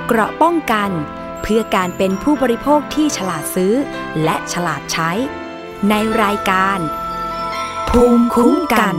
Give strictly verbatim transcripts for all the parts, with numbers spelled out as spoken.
เกราะป้องกันเพื่อการเป็นผู้บริโภคที่ฉลาดซื้อและฉลาดใช้ในรายการภูมิคุ้มกัน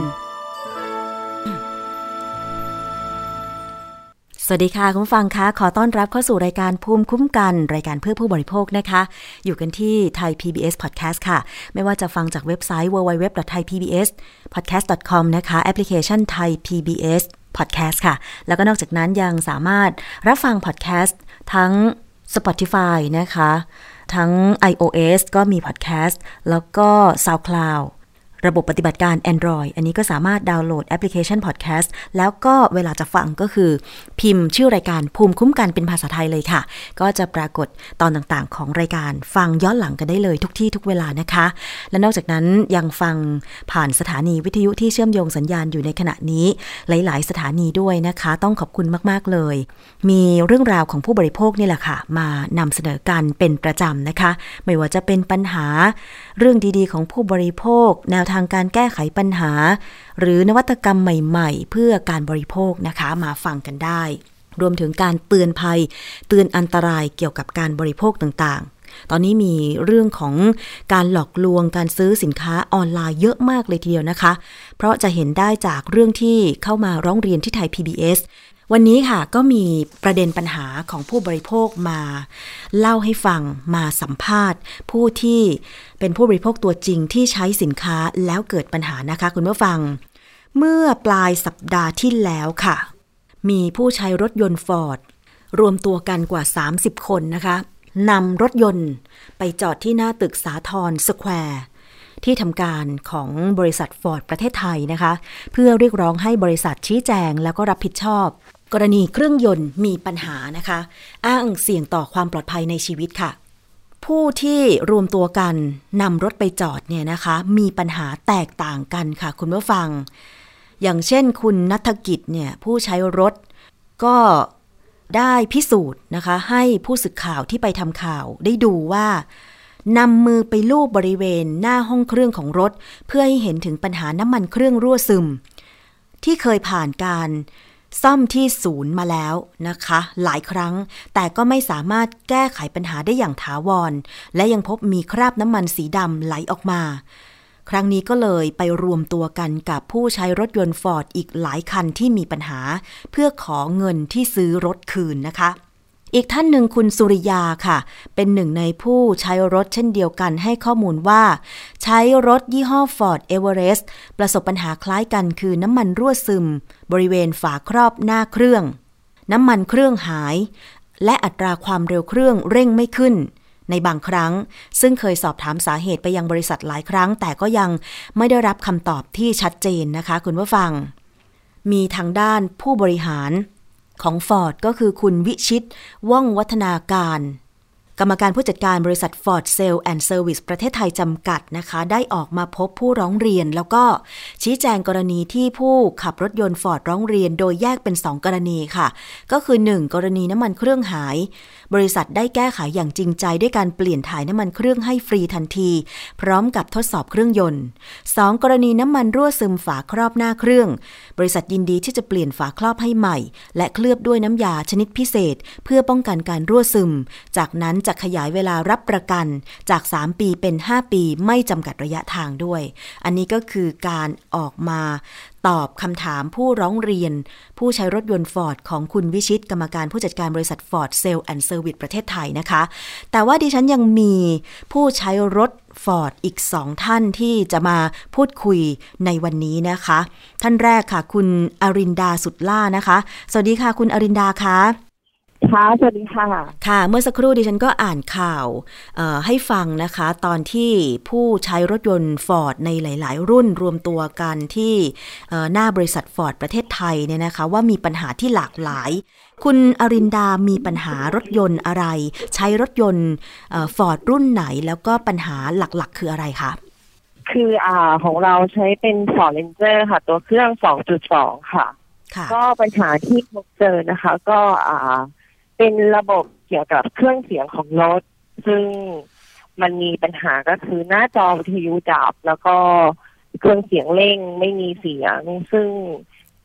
สวัสดีค่ะคุณผู้ฟังคะขอต้อนรับเข้าสู่รายการภูมิคุ้มกันรายการเพื่อผู้บริโภคนะคะอยู่กันที่ Thai พี บี เอส Podcast ค่ะไม่ว่าจะฟังจากเว็บไซต์ ดับเบิลยู ดับเบิลยู ดับเบิลยู ดอท ไทย พี บี เอส พอดแคสต์ ดอท คอม นะคะแอปพลิเคชัน Thai พี บี เอส Podcast ค่ะแล้วก็นอกจากนั้นยังสามารถรับฟัง Podcast ทั้ง Spotify นะคะทั้ง iOS ก็มี Podcast แล้วก็ SoundCloudระบบปฏิบัติการ Android อันนี้ก็สามารถดาวน์โหลดแอปพลิเคชัน Podcast แล้วก็เวลาจะฟังก็คือพิมพ์ชื่อรายการภูมิคุ้มกันเป็นภาษาไทยเลยค่ะก็จะปรากฏตอนต่างๆของรายการฟังย้อนหลังกันได้เลยทุกที่ทุกเวลานะคะและนอกจากนั้นยังฟังผ่านสถานีวิทยุที่เชื่อมโยงสัญญาณอยู่ในขณะนี้หลายๆสถานีด้วยนะคะต้องขอบคุณมากๆเลยมีเรื่องราวของผู้บริโภคนี่แหละค่ะมานำเสนอกันเป็นประจำนะคะไม่ว่าจะเป็นปัญหาเรื่องดีๆของผู้บริโภคแนวทางการแก้ไขปัญหาหรือนวัตกรรมใหม่ๆเพื่อการบริโภคนะคะมาฟังกันได้รวมถึงการเตือนภัยเตือนอันตรายเกี่ยวกับการบริโภคต่างๆตอนนี้มีเรื่องของการหลอกลวงการซื้อสินค้าออนไลน์เยอะมากเลยทีเดียวนะคะเพราะจะเห็นได้จากเรื่องที่เข้ามาร้องเรียนที่ไทย พี บี เอสวันนี้ค่ะก็มีประเด็นปัญหาของผู้บริโภคมาเล่าให้ฟังมาสัมภาษณ์ผู้ที่เป็นผู้บริโภคตัวจริงที่ใช้สินค้าแล้วเกิดปัญหานะคะคุณผู้ฟังเมื่อปลายสัปดาห์ที่แล้วค่ะมีผู้ใช้รถยนต์ฟอร์ดรวมตัวกันกว่าสามสิบคนนะคะนำรถยนต์ไปจอดที่หน้าตึกสาทรสแควร์ที่ทำการของบริษัทฟอร์ดประเทศไทยนะคะเพื่อเรียกร้องให้บริษัทชี้แจงแล้วก็รับผิดชอบกรณีเครื่องยนต์มีปัญหานะคะอ้างเสี่ยงต่อความปลอดภัยในชีวิตค่ะผู้ที่รวมตัวกันนำรถไปจอดเนี่ยนะคะมีปัญหาแตกต่างกันค่ะคุณผู้ฟังอย่างเช่นคุณณัฐกิจเนี่ยผู้ใช้รถก็ได้พิสูจน์นะคะให้ผู้สื่อข่าวที่ไปทำข่าวได้ดูว่านำมือไปลูบบริเวณหน้าห้องเครื่องของรถเพื่อให้เห็นถึงปัญหาน้ำมันเครื่องรั่วซึมที่เคยผ่านการซ่อมที่ศูนย์มาแล้วนะคะหลายครั้งแต่ก็ไม่สามารถแก้ไขปัญหาได้อย่างถาวรและยังพบมีคราบน้ำมันสีดำไหลออกมาครั้งนี้ก็เลยไปรวมตัวกันกับผู้ใช้รถยนต์ฟอร์ดอีกหลายคันที่มีปัญหาเพื่อขอเงินที่ซื้อรถคืนนะคะอีกท่านหนึ่งคุณสุริยาค่ะเป็นหนึ่งในผู้ใช้รถเช่นเดียวกันให้ข้อมูลว่าใช้รถยี่ห้อ Ford Everest ประสบปัญหาคล้ายกันคือน้ำมันรั่วซึมบริเวณฝาครอบหน้าเครื่องน้ำมันเครื่องหายและอัตราความเร็วเครื่องเร่งไม่ขึ้นในบางครั้งซึ่งเคยสอบถามสาเหตุไปยังบริษัทหลายครั้งแต่ก็ยังไม่ได้รับคำตอบที่ชัดเจนนะคะคุณผู้ฟังมีทางด้านผู้บริหารของ Ford ก็คือคุณวิชิตว่องวัฒนาการกรรมการผู้จัดการบริษัท Ford Sales and Service ประเทศไทยจำกัดนะคะได้ออกมาพบผู้ร้องเรียนแล้วก็ชี้แจงกรณีที่ผู้ขับรถยนต์ Ford ร้องเรียนโดยแยกเป็นสองกรณีค่ะก็คือหนึ่งกรณีน้ำมันเครื่องหายบริษัทได้แก้ไขอย่างจริงใจด้วยการเปลี่ยนถ่ายน้ำมันเครื่องให้ฟรีทันทีพร้อมกับทดสอบเครื่องยนต์สองกรณีน้ำมันรั่วซึมฝาครอบหน้าเครื่องบริษัทยินดีที่จะเปลี่ยนฝาครอบให้ใหม่และเคลือบด้วยน้ำยาชนิดพิเศษเพื่อป้องกันการรั่วซึมจากนั้นจะขยายเวลารับประกันจากสามปีเป็นห้าปีไม่จำกัดระยะทางด้วยอันนี้ก็คือการออกมาตอบคำถามผู้ร้องเรียนผู้ใช้รถยนต์ Ford ของคุณวิชิตกรรมการผู้จัดการบริษัท Ford Sales and Service ประเทศไทยนะคะแต่ว่าดิฉันยังมีผู้ใช้รถ Ford อีกสองท่านที่จะมาพูดคุยในวันนี้นะคะท่านแรกค่ะคุณอรินดาสุดล่านะคะสวัสดีค่ะคุณอรินดาคะค่ะสวัสดีค่ะค่ะเมื่อสักครู่ดิฉันก็อ่านข่าวให้ฟังนะคะตอนที่ผู้ใช้รถยนต์ Ford ในหลายๆรุ่นรวมตัวกันที่หน้าบริษัท Ford ประเทศไทยเนี่ยนะคะว่ามีปัญหาที่หลากหลายคุณอรินดามีปัญหารถยนต์อะไรใช้รถยนต์ Ford รุ่นไหนแล้วก็ปัญหาหลักๆคืออะไรคะคืออ่าของเราใช้เป็น Ford Ranger ค่ะตัวเครื่อง สองจุดสอง ค่ะก็ปัญหาที่พบเจอนะคะก็อ่าเป็นระบบเกี่ยวกับเครื่องเสียงของรถซึ่งมันมีปัญหาก็คือหน้าจอวิทยุดับแล้วก็เครื่องเสียงเร่งไม่มีเสียงซึ่ง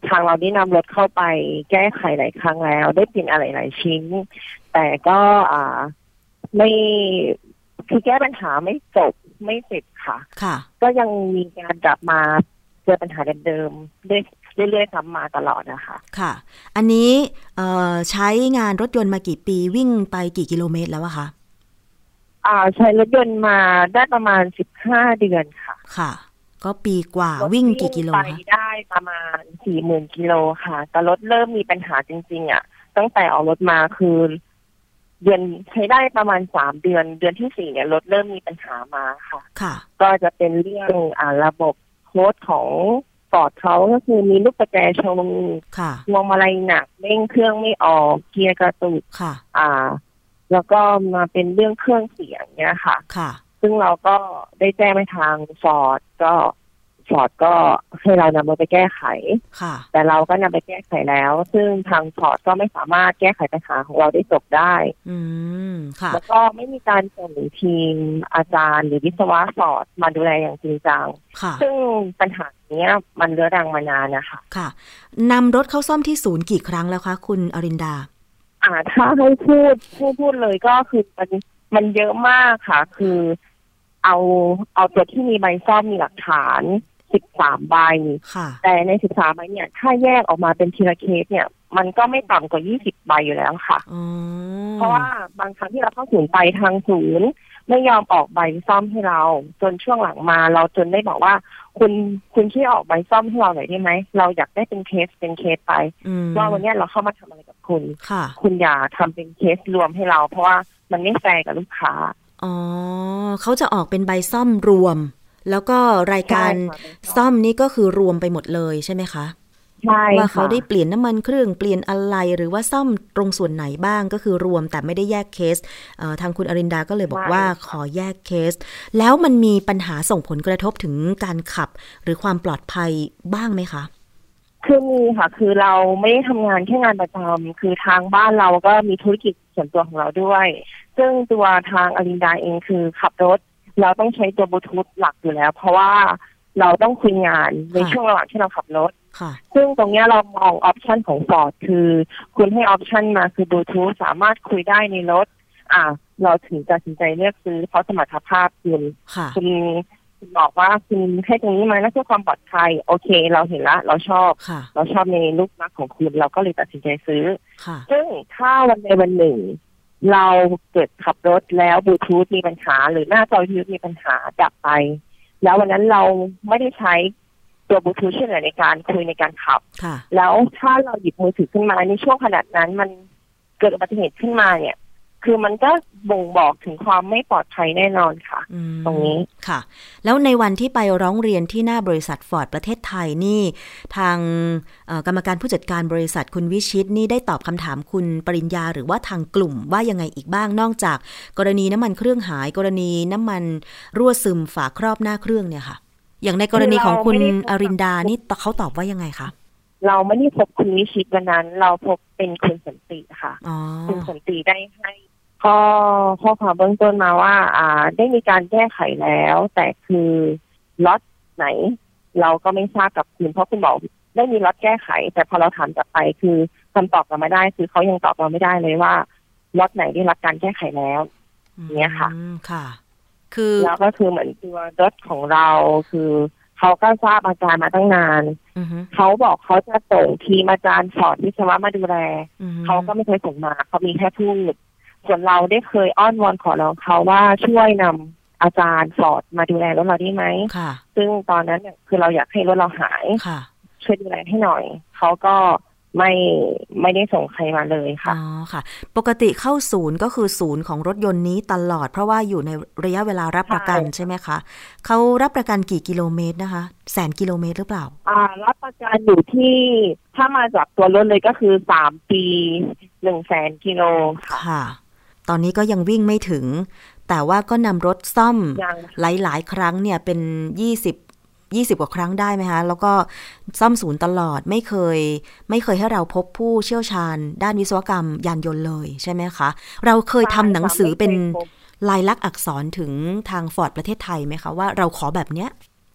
ทางเราได้นำรถเข้าไปแก้ไขหลายครั้งแล้วได้เปลี่ยนอะไรหลายชิ้นแต่ก็อ่าไม่คือแก้ปัญหาไม่จบไม่เสร็จค่ะค่ะก็ยังมีการกลับมาเจอปัญหาเดิมๆเรื่อยๆซ้ำมาตลอดนะคะค่ะอันนี้ใช้งานรถยนต์มากี่ปีวิ่งไปกี่กิโลเมตรแล้วอะคะอ่าใช้รถยนต์มาได้ประมาณสิบห้าเดือนค่ะค่ะก็ปีกว่าวิ่งกี่กิโลคะไปได้ประมาณ สี่หมื่น กิโลค่ะแต่รถเริ่มมีปัญหาจริงๆอ่ะตั้งแต่เอารถมาคือเดือนใช้ได้ประมาณสามเดือนเดือนที่สี่เนี่ยรถเริ่มมีปัญหามาค่ะค่ะก็จะเป็นเรื่องอ่าระบบโค้ดของฟอร์ดเขาก็คือมีลูกประแจชนค่ะงวงมาลัยหนักเร่งเครื่องไม่ออกเกียร์กระตุกค่ะอ่าแล้วก็มาเป็นเรื่องเครื่องเสียงเนี่ยค่ะค่ะซึ่งเราก็ได้แจ้งไปทางฟอร์ดก็ฟอร์ดก็ให้เรานำมาไปแก้ไขแต่เราก็นำไปแก้ไขแล้วซึ่งทางฟอร์ดก็ไม่สามารถแก้ไขปัญหาของเราได้จบได้อืมค่ะแล้วก็ไม่มีการส่งทีมอาจารย์หรือวิศวะฟอร์ดมาดูแลอย่างจริงจังซึ่งปัญหานี้มันเรื้อรังมานานนะคะค่ะนำรถเข้าซ่อมที่ศูนย์กี่ครั้งแล้วคะคุณอรินดาอ่าถ้าให้พูดพูดพูดเลยก็คือมันมันเยอะมากค่ะคือเอาเอาตัวที่มีใบซ่อมมีหลักฐานสิบสามใบแต่ในสิบสามใบเนี่ยถ้าแยกออกมาเป็นทีละเคสเนี่ยมันก็ไม่ต่ำกว่ายี่สิบใบอยู่แล้วค่ะเพราะว่าบางครั้งที่เราเข้าศูนย์ไปทางศูนย์ไม่ยอมออกใบซ่อมให้เราจนช่วงหลังมาเราจนได้บอกว่าคุณคุณช่วยออกใบซ่อมให้เราหน่อยได้ไหมเราอยากได้เป็นเคสเป็นเคสไปว่าวันนี้เราเข้ามาทำอะไรกับคุณคุณอย่าทำเป็นเคสรวมให้เราเพราะว่ามันไม่แฟร์กับลูกค้าอ๋อเขาจะออกเป็นใบซ่อมรวมแล้วก็รายการซ่อมนี่ก็คือรวมไปหมดเลยใช่ไหมคะใช่ว่าเขาได้เปลี่ยนน้ำมันเครื่องเปลี่ยนอะไรหรือว่าซ่อมตรงส่วนไหนบ้างก็คือรวมแต่ไม่ได้แยกเคสทางคุณอรินดาก็เลยบอกว่าขอแยกเคสแล้วมันมีปัญหาส่งผลกระทบถึงการขับหรือความปลอดภัยบ้างไหมคะคือมีค่ะคือเราไม่ได้ทำงานแค่งานประจำคือทางบ้านเราก็มีธุรกิจส่วนตัวของเราด้วยซึ่งตัวทางอรินดาเองคือขับรถเราต้องใช้ตัวบลูทูธหลักอยู่แล้วเพราะว่าเราต้องคุยงานในช่วงระหว่างที่เราขับรถซึ่งตรงนี้เรามองออปชันของ Ford คือคุณให้ออปชันมาคือบลูทูธสามารถคุยได้ในรถอ่าเราถึงตัดสินใจเลือกซื้อเพราะสมรรถภาพคุณคุณคุณบอกว่าคุณให้ตรงนี้มาแล้วเพื่อความปลอดภัยโอเคเราเห็นละเราชอบเราชอบในรูปลักษณ์ของคุณเราก็เลยตัดสินใจซื้อซึ่งถ้าวันใดวันหนึ่งเราเกิดขับรถแล้วบลูทูธมีปัญหาหรือหน้าจอวิทยุมีปัญหาดับไปแล้ววันนั้นเราไม่ได้ใช้ตัวบลูทูธช่วยเหลือในการคุยในการขับแล้วถ้าเราหยิบมือถือขึ้นมาในช่วงขนาดนั้นมันเกิดอุบัติเหตุขึ้นมาเนี่ยคือมันก็บ่งบอกถึงความไม่ปลอดภัยแน่นอนค่ะตรงนี้ค่ะแล้วในวันที่ไปร้องเรียนที่หน้าบริษัทฟอร์ดประเทศไทยนี่ทางกรรมการผู้จัดการบริษัทคุณวิชิตนี่ได้ตอบคำถามคุณปริญญาหรือว่าทางกลุ่มว่ายังไงอีกบ้างนอกจากกรณีน้ำมันเครื่องหายกรณีน้ำมันรั่วซึมฝาครอบหน้าเครื่องเนี่ยค่ะอย่างในกรณีของคุณอรินดานี่เขาตอบว่ายังไงคะเราไม่ได้พบคุณวิชิตวันนั้นเราพบเป็นคุณสันติค่ะคุณสันติได้ให้ข้อข้อความเบื้องต้นมาว่าอ่าได้มีการแก้ไขแล้วแต่คือล็อตไหนเราก็ไม่ทราบกับคุณเพราะคุณบอกได้มีล็อตแก้ไขแต่พอเราถามกลับไปคือคำตอบเราไม่ได้คือเขายังตอบเราไม่ได้เลยว่าล็อตไหนได้รับการแก้ไขแล้วเนี้ยค่ะค่ะคือแล้วก็คือเหมือนตัวรถของเราคือเขาก็ทราบอาการมาตั้งนานเขาบอกเขาจะส่งทีมอาจารย์สอนวิศวะมาดูแลเขาก็ไม่เคยส่งมาเขามีแค่พูดส่วนเราได้เคยอ้อนวอนขอร้องเขาว่าช่วยนำอาจารย์สอนมาดูแลรถเราได้ไหมซึ่งตอนนั้นเนี่ยคือเราอยากให้รถเราหายช่วยดูแลให้หน่อยเขาก็ไม่ไม่ได้ส่งใครมาเลยค่ะอ๋อค่ะปกติเข้าศูนย์ก็คือศูนย์ของรถยนต์นี้ตลอดเพราะว่าอยู่ในระยะเวลารับประกันใช่ไหมคะเขารับประกันกี่กิโลเมตรนะคะแสนกิโลเมตรหรือเปล่าอ่ารับประกันอยู่ที่ถ้ามาจากตัวรถเลยก็คือสามปีหนึ่งแสนกิโลค่ะค่ะตอนนี้ก็ยังวิ่งไม่ถึงแต่ว่าก็นำรถซ่อมหลายๆครั้งเนี่ยเป็นยี่สิบยี่สิบกว่าครั้งได้ไหมคะแล้วก็ซ่อมศูนย์ตลอดไม่เคยไม่เคยให้เราพบผู้เชี่ยวชาญด้านวิศวกรรมยานยนต์เลยใช่ไหมคะเราเคยทำหนังสือเป็นลายลักษณ์อักษรถึงทางฟอร์ดประเทศไทยไหมคะว่าเราขอแบบเนี้ย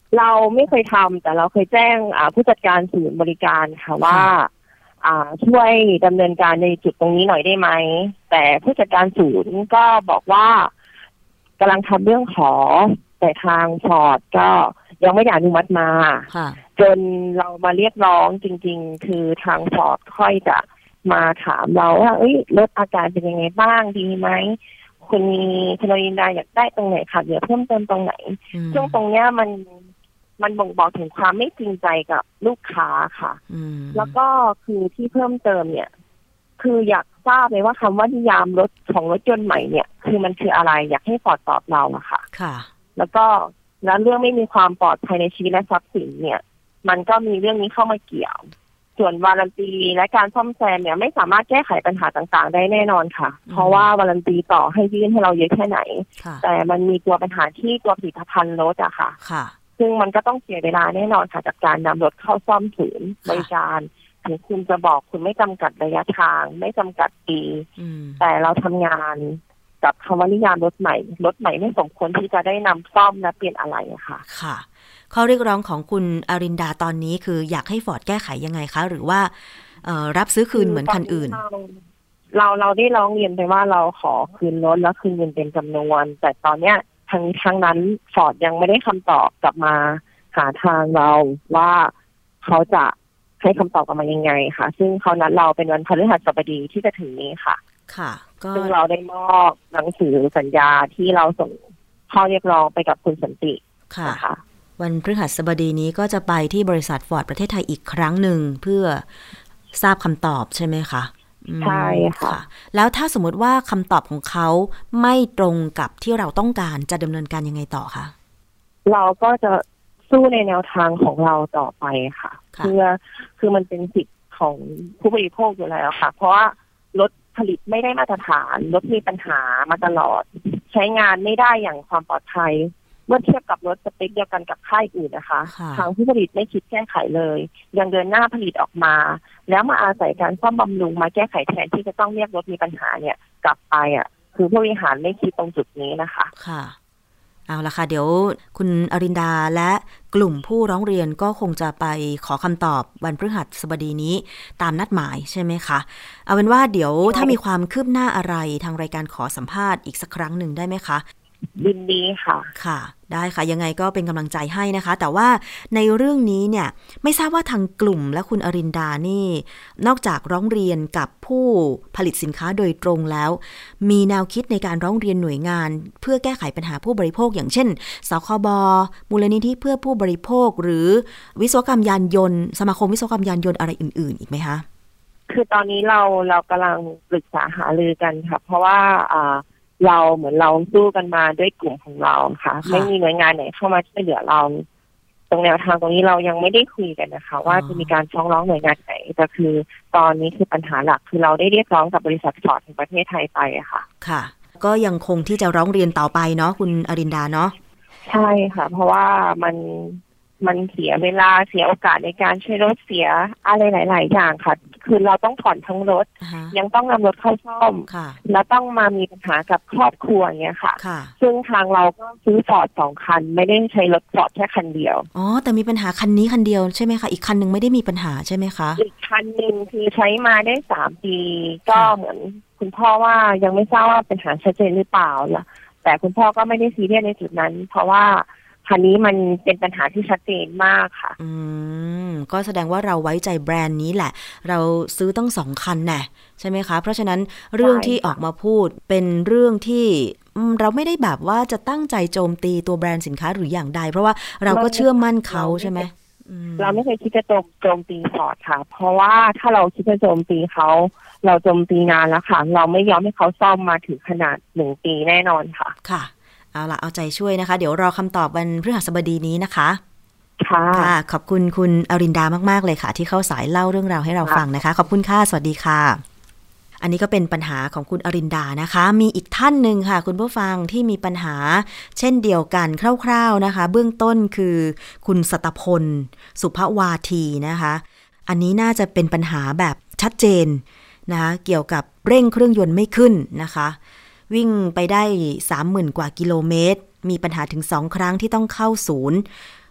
เราไม่เคยทำแต่เราเคยแจ้งผู้จัดการศูนย์บริการค่ะว่าช่วยดำเนินการในจุดตรงนี้หน่อยได้ไหมแต่ผู้จัดการศูนย์ก็บอกว่ากำลังทำเรื่องขอแต่ทางฟอร์ดก็ยังไม่ได้อนุมัติมาจนเรามาเรียกร้องจริงๆคือทางฟอร์ดค่อยจะมาถามเราว่าเอ้ยรถอาการเป็นยังไงบ้างดีไหมคุณมีคุณอรินดาอยากได้ตรงไหนค่ะเดี๋ยวเพิ่มเติมตรงไหนซึ่งตรงเนี้ยมันมันบ่งบอกถึงความไม่จริงใจกับลูกค้าค่ะแล้วก็คือที่เพิ่มเติมเนี่ยคืออยากทราบเลยว่าคำว่านิยามรถของรถยนต์ใหม่เนี่ยคือมันคืออะไรอยากให้ฟอร์ดตอบเราอะค่ะค่ะแล้วก็แล้วเรื่องไม่มีความปลอดภัยในชีวิตและทรัพย์สินเนี่ยมันก็มีเรื่องนี้เข้ามาเกี่ยวส่วนวารันตีและการซ่อมแซมเนี่ยไม่สามารถแก้ไขปัญหาต่างๆได้แน่นอนค่ะเพราะว่าวารันตีต่อให้ยื่นให้เราเยอะแค่ไหนแต่มันมีตัวปัญหาที่ตัวผลิตภัณฑ์รถอะค่ะซึ่งมันก็ต้องเสียเวลาแน่นอนค่ะจากการนำรถเข้าซ่อมศูนย์บริการถึงคุณจะบอกคุณไม่จำกัดระยะทางไม่จำกัดปีแต่เราทำงานกับคำว่านิยามรถใหม่รถใหม่ไม่สมควรที่จะได้นำซ่อมและเปลี่ยนอะไรค่ะค่ะข้อเรียกร้องของคุณอรินดาตอนนี้คืออยากให้ฟอร์ดแก้ไขยังไงคะหรือว่ารับซื้อคืนเหมือนคันอื่นเราเราได้ร้องเรียนไปว่าเราขอคืนรถและคืนเงินเป็นจำนวนแต่ตอนเนี้ยทางทางนั้นฟอร์ดยังไม่ได้คำตอบกลับมาหาทางเราว่าเขาจะให้คำตอบกลับมายังไงค่ะซึ่งเขานัดเราเป็นวันพฤหัสบดีที่จะถึงนี้ค่ะค่ะซึ่งเราได้มอบหนังสือสัญญาที่เราส่งข้อเรียกร้องไปกับคุณสันติค่ะวันพฤหัสบดีนี้ก็จะไปที่บริษัทฟอร์ดประเทศไทยอีกครั้งหนึ่งเพื่อทราบคำตอบใช่ไหมคะใช่ค่ะแล้วถ้าสมมติว่าคำตอบของเขาไม่ตรงกับที่เราต้องการจะดำเนินการยังไงต่อคะเราก็จะสู้ในแนวทางของเราต่อไปค่ะเพื่อคือมันเป็นสิทธิ์ของผู้บริโภคอยู่แล้วค่ะเพราะว่ารถผลิตไม่ได้มาตรฐานรถมีปัญหามาตลอดใช้งานไม่ได้อย่างความปลอดภัยเมื่อเทียบกับรถสเปคเดียวกันกับค่ายอื่นนะคะทางผู้ผลิตไม่คิดแก้ไขเลยยังเดินหน้าผลิตออกมาแล้วมาอาศัยการซ่อมบำรุงมาแก้ไขแทนที่จะต้องเรียกรถมีปัญหาเนี่ยกลับไปอ่ะคือผู้บริหารไม่คิดตรงจุดนี้นะคะค่ะเอาละค่ะเดี๋ยวคุณอรินดาและกลุ่มผู้ร้องเรียนก็คงจะไปขอคำตอบวันพฤหัสบดีนี้ตามนัดหมายใช่ไหมคะเอาเป็นว่าเดี๋ยวถ้ามีความคืบหน้าอะไรทางรายการขอสัมภาษณ์อีกสักครั้งหนึ่งได้ไหมคะยินดีค่ะค่ะได้ค่ะยังไงก็เป็นกำลังใจให้นะคะแต่ว่าในเรื่องนี้เนี่ยไม่ทราบว่าทางกลุ่มและคุณอรินดานี่นอกจากร้องเรียนกับผู้ผลิตสินค้าโดยตรงแล้วมีแนวคิดในการร้องเรียนหน่วยงานเพื่อแก้ไขปัญหาผู้บริโภคอย่างเช่นสคบมูลนิธิเพื่อผู้บริโภคหรือวิศวกรรมยานยนต์สมาคมวิศวกรรมยานยนต์อะไรอื่นๆอีกไหมคะคือตอนนี้เราเรากำลังปรึกษาหารือกันค่ะเพราะว่าอ่าเราเหมือนเราสู้กันมาด้วยกลุ่มของเราค่ะไม่มีหน่วยงานไหนเข้ามาช่วยเหลือเราตรงแนวทางตรงนี้เรายังไม่ได้คุยกันนะคะว่าจะมีการฟ้องร้องหน่วยงานไหนแต่คือตอนนี้คือปัญหาหลักคือเราได้เรียกร้องกับบริษัทฟอร์ดแห่งประเทศไทยไปอะค่ะค่ะก็ยังคงที่จะร้องเรียนต่อไปเนาะคุณอรินดาเนาะใช่ค่ะเพราะว่ามันมันเสียเวลาเสียโอกาสในการใช้รถเสียอะไรหลายๆอย่างค่ะคือเราต้องผ่อนทั้งรถ uh-huh. ยังต้องนำรถเข้าซ่อม uh-huh. แล้วต้องมามีปัญหากับครอบครัวอย่างเงี้ยค่ะ uh-huh. ซึ่งทางเราก็ซื้อฟอร์ดสองคันไม่ได้ใช้รถฟอร์ดแค่คันเดียวอ๋อแต่มีปัญหาคันนี้คันเดียวใช่ไหมคะอีกคันนึงไม่ได้มีปัญหาใช่ไหมคะอีกคันนึงคือใช้มาได้สามปีก็ uh-huh. เหมือนคุณพ่อว่ายังไม่ทราบว่าปัญหาชัดเจนหรือเปล่าล่ะแต่คุณพ่อก็ไม่ได้ซีเรียสในจุดนั้นเพราะว่าคันนี้มันเป็นปัญหาที่ชัดเจนมากค่ะอืมก็แสดงว่าเราไว้ใจแบรนด์นี้แหละเราซื้อตั้งสองคันแน่ใช่ไหมคะเพราะฉะนั้นเรื่องที่ออกมาพูดเป็นเรื่องที่เราไม่ได้แบบว่าจะตั้งใจโจมตีตัวแบรนด์สินค้าหรืออย่างใดเพราะว่าเราก็เชื่อมั่นเขาใช่ไหมเราไม่เคยคิดจะโจมตีฟอร์ดค่ะเพราะว่าถ้าเราคิดจะโจมตีเขาเราโจมตีนานแล้วค่ะเราไม่ยอมให้เขาซ่อมมาถึงขนาดหนึ่งปีแน่นอนค่ะค่ะเอาล่ะเอาใจช่วยนะคะเดี๋ยวรอคำตอบวันพฤหัสบดีนี้นะคะค่ะค่ะขอบคุณคุณอรินดามากๆเลยค่ะที่เข้าสายเล่าเรื่องราวให้เราฟังนะคะขอบคุณค่ะสวัสดีค่ะอันนี้ก็เป็นปัญหาของคุณอรินดานะคะมีอีกท่านหนึ่งค่ะคุณผู้ฟังที่มีปัญหาเช่นเดียวกันคร่าวๆนะคะเบื้องต้นคือคุณสัตพลสุภวาทีนะคะอันนี้น่าจะเป็นปัญหาแบบชัดเจนนะคะเกี่ยวกับเร่งเครื่องยนต์ไม่ขึ้นนะคะวิ่งไปได้ สามหมื่น กว่ากิโลเมตรมีปัญหาถึงสองครั้งที่ต้องเข้าศูนย์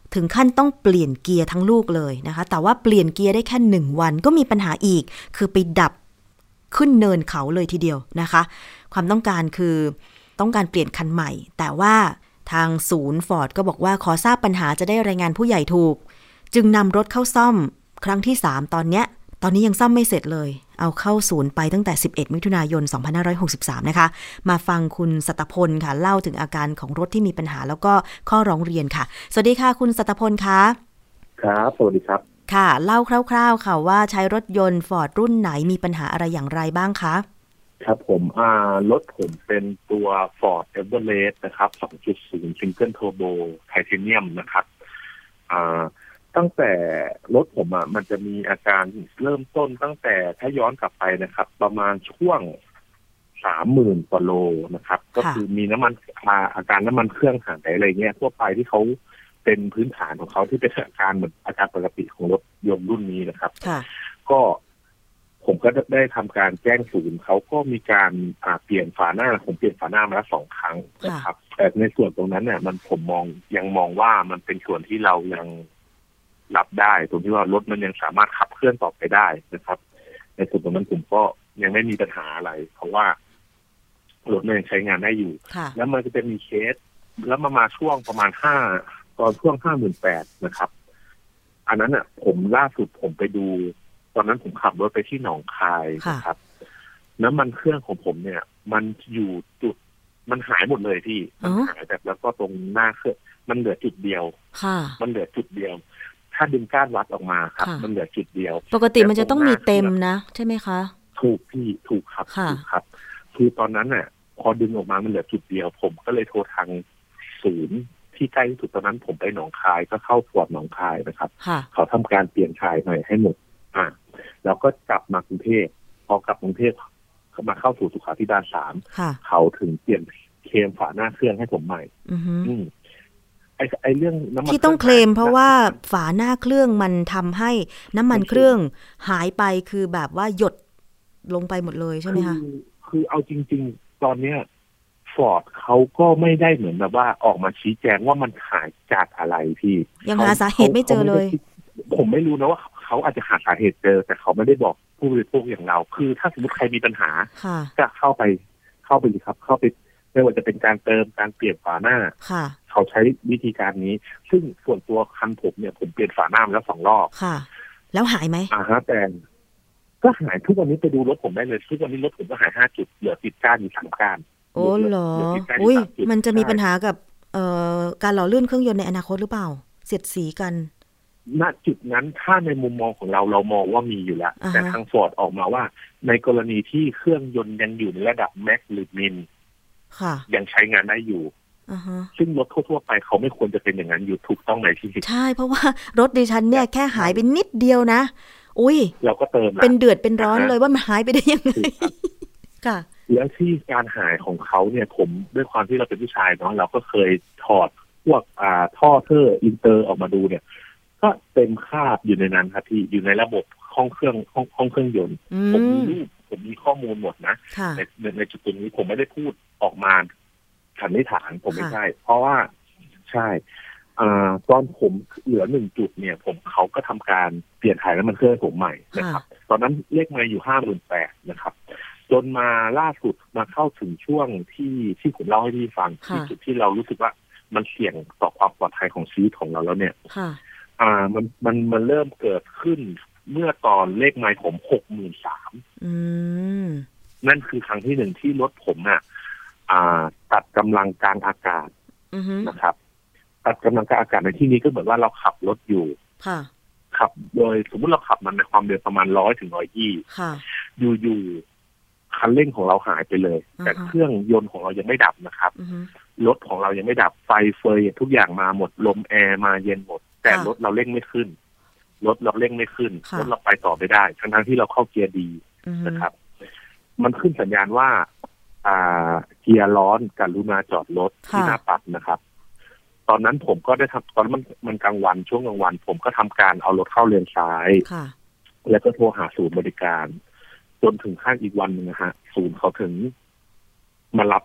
ถึงขั้นต้องเปลี่ยนเกียร์ทั้งลูกเลยนะคะแต่ว่าเปลี่ยนเกียร์ได้แค่หนึ่งวันก็มีปัญหาอีกคือไปดับขึ้นเนินเขาเลยทีเดียวนะคะความต้องการคือต้องการเปลี่ยนคันใหม่แต่ว่าทางศูนย์ฟอร์ดก็บอกว่าขอทราบปัญหาจะได้รายงานผู้ใหญ่ถูกจึงนำรถเข้าซ่อมครั้งที่สามตอนเนี้ยตอนนี้ยังซ่อมไม่เสร็จเลยเอาเข้าศูนย์ไปตั้งแต่สิบเอ็ดมิถุนายนสองพันห้าร้อยหกสิบสามนะคะมาฟังคุณสัตพลค่ะเล่าถึงอาการของรถที่มีปัญหาแล้วก็ข้อร้องเรียนค่ะสวัสดีค่ะคุณสัตพลคะครับสวัสดีครับค่ะเล่าคร่าวๆค่ะว่าใช้รถยนต์ฟอร์ดรุ่นไหนมีปัญหาอะไรอย่างไรบ้างคะครับผมอ่ารถผมเป็นตัว Ford Everest นะครับ สองจุดศูนย์ Single Turbo Titanium นะครับอ่าตั้งแต่รถผมอ่ะมันจะมีอาการเริ่มต้นตั้งแต่ถ้าย้อนกลับไปนะครับประมาณช่วง สามหมื่น กว่าโลนะครับก็คือมีน้ำมันอาการน้ำมันเครื่องหายอะไรเงี้ยทั่วไปที่เขาเป็นพื้นฐานของเขาที่เป็นอาการเหมือนอาการปกติของรถยนต์รุ่นนี้นะครับก็ผมก็ได้ทำการแจ้งศูนย์เขาก็มีการเปลี่ยนฝาหน้าผมเปลี่ยนฝาหน้ามาแล้วสองครั้งนะครับแต่ในส่วนตรงนั้นเนี่ยมันผมมองยังมองว่ามันเป็นส่วนที่เรายังรับได้ตรงที่ว่ารถมันยังสามารถขับเคลื่อนต่อไปได้นะครับในส่วนตรงนั้นผมก็ยังไม่มีปัญหาอะไรเพราะว่ารถมันยังใช้งานได้อยู่แล้วมันจะเป็นมีเคสแล้วมามาช่วงประมาณห้าตอนช่วงห้าหมื่นแปดนะครับอันนั้นอ่ะผมล่าสุดผมไปดูตอนนั้นผมขับรถไปที่หนองคายนะครับน้ำมันเครื่องของผมเนี่ยมันอยู่จุดมันหายหมดเลยที่มันหายแบบแล้วก็ตรงหน้าเครื่องมันเหลือจุดเดียวมันเหลือจุดเดียวถ้าดึงก้านวัดออกมาครับมันเหลือจุดเดียวปกติมันจะต้องมีเต็มนะใช่ไหมคะถูกพี่ถูกครับถูกครับคือตอนนั้นเนี่ยพอดึงออกมามันเหลือจุดเดียวผมก็เลยโทรทางศูนย์ที่ใกล้ที่สุดตอนนั้นผมไปหนองคายก็เข้าฟอร์ดหนองคายนะครับเขาทำการเปลี่ยนชายใหม่ให้หมดอ่าแล้วก็กลับมากรุงเทพพอกลับกรุงเทพมาเข้าสู่สุขาภิบาลสามเขาถึงเปลี่ยนเคลมฝาหน้าเครื่องให้ผมใหม่อืมไอ้ไอ้เรื่องน้ำมันที่ต้องเคลมเพราะว่าฝาหน้าเครื่องมันทำให้น้ำมันเครื่องหายไปคือแบบว่าหยดลงไปหมดเลยใช่ไหมคะคือเอาจริงๆตอนเนี้ยฟอร์ดเขาก็ไม่ได้เหมือนแบบว่าออกมาชี้แจงว่ามันหายจากอะไรพี่ยังหาสาเหตุไม่เจอเลยผมไม่รู้นะว่าเขาอาจจะหาสาเหตุเจอแต่เขาไม่ได้บอกผู้บริโภคอย่างเราคือถ้าสมมติใครมีปัญหาก็เข้าไปเข้าไปเลยครับเข้าไปไม่ว่าจะเป็นการเติมการเปลี่ยนฝาหน้าเขาใช้วิธีการนี้ซึ่งส่วนตัวคันผมเนี่ยผมเปลี่ยนฝาหน้ามาแล้วสองรอบค่ะแล้วหายไหมอ่าฮะแต่ก็หายทุกวันนี้ไปดูรถผมได้เลยทุกวันนี้รถผมก็หายห้าจุดเหลือติดก้านอยู่สามก้านโอ้เหรออุ้ยมันจะมีปัญหากับเอ่อการหล่อลื่นเครื่องยนต์ในอนาคตหรือเปล่าเสียดสีกันณจุดนั้นถ้าในมุมมองของเราเรามองว่ามีอยู่แล้วแต่ทางฟอร์ดออกมาว่าในกรณีที่เครื่องยนต์ยังอยู่ในระดับแม็กหรือมินยังใช้งานได้อยู่ซึ่งรถทั่วๆไปเขาไม่ควรจะเป็นอย่างนั้นอยู่ถูกต้องไหนที่ใช่เพราะว่ารถดิฉันเนี่ยแค่หายไปนิดเดียวนะอุ้ยเราก็เติมเป็นเดือดเป็นร้อนเลยว่ามันหายไปได้ยังไงค่ะแล้วที่การหายของเขาเนี่ยผมด้วยความที่เราเป็นผู้ชายเนาะเราก็เคยถอดพวกอ่าท่อเทอร์อินเตอร์ออกมาดูเนี่ยก็เต็มคราบอยู่ในนั้นครับที่อยู่ในระบบห้องเครื่องห้องห้องเครื่องยนต์ผมมีรูปผมมีข้อมูลหมดนะในในจุดตรงนี้ผมไม่ได้พูดออกมาสันนิษฐานผมไม่ใช่เพราะว่าใช่อ่าตอนผมเหลือหนึ่งจุดเนี่ยผมเขาก็ทำการเปลี่ยนถ่ายน้ำมันเครื่องผมใหม่นะครับตอนนั้นเลขมาอยู่ห้าหมื่นแปดนะครับจนมาล่าสุดมาเข้าถึงช่วงที่ที่ผมเล่าให้พี่ฟังที่จุดที่เรารู้สึกว่ามันเสี่ยงต่อความปลอดภัยของชีวิตของเราแล้วเนี่ยอ่ามันมันมันเริ่มเกิดขึ้นเมื่อตอนเลขไมล์ผมหกหมื่นสามนั่นคือครั้งที่หนึ่งที่รถผมอ่ะอ่าตัดกำลังกลางอากาศนะครับตัดกำลังกลางอากาศในที่นี้ก็เหมือนว่าเราขับรถอยู่ขับโดยสมมติเราขับมันในความเร็วประมาณร้อยถึงร้อยยี่อยู่ๆคันเร่งของเราหายไปเลยแต่เครื่องยนต์ของเรายังไม่ดับนะครับรถของเรายังไม่ดับไฟเฟยทุกอย่างมาหมดลมแอร์มาเย็นหมดแต่รถเราเร่งไม่ขึ้นรถเราเร่งไม่ขึ้นรถเราไปต่อไม่ได้ทั้งๆที่เราเข้าเกียร์ดีนะครับมันขึ้นสัญญาณว่าอ่าเกียร์ร้อนกรุณาจอดรถที่หน้าปัดนะครับตอนนั้นผมก็ได้ทำตอนมันมันกลางวันช่วงกลางวันผมก็ทำการเอารถเข้าเลนซ้ายแล้วก็โทรหาศูนย์บริการจนถึงขั้นอีกวันหนึ่งนะฮะศูนย์เขาถึงมารับรถ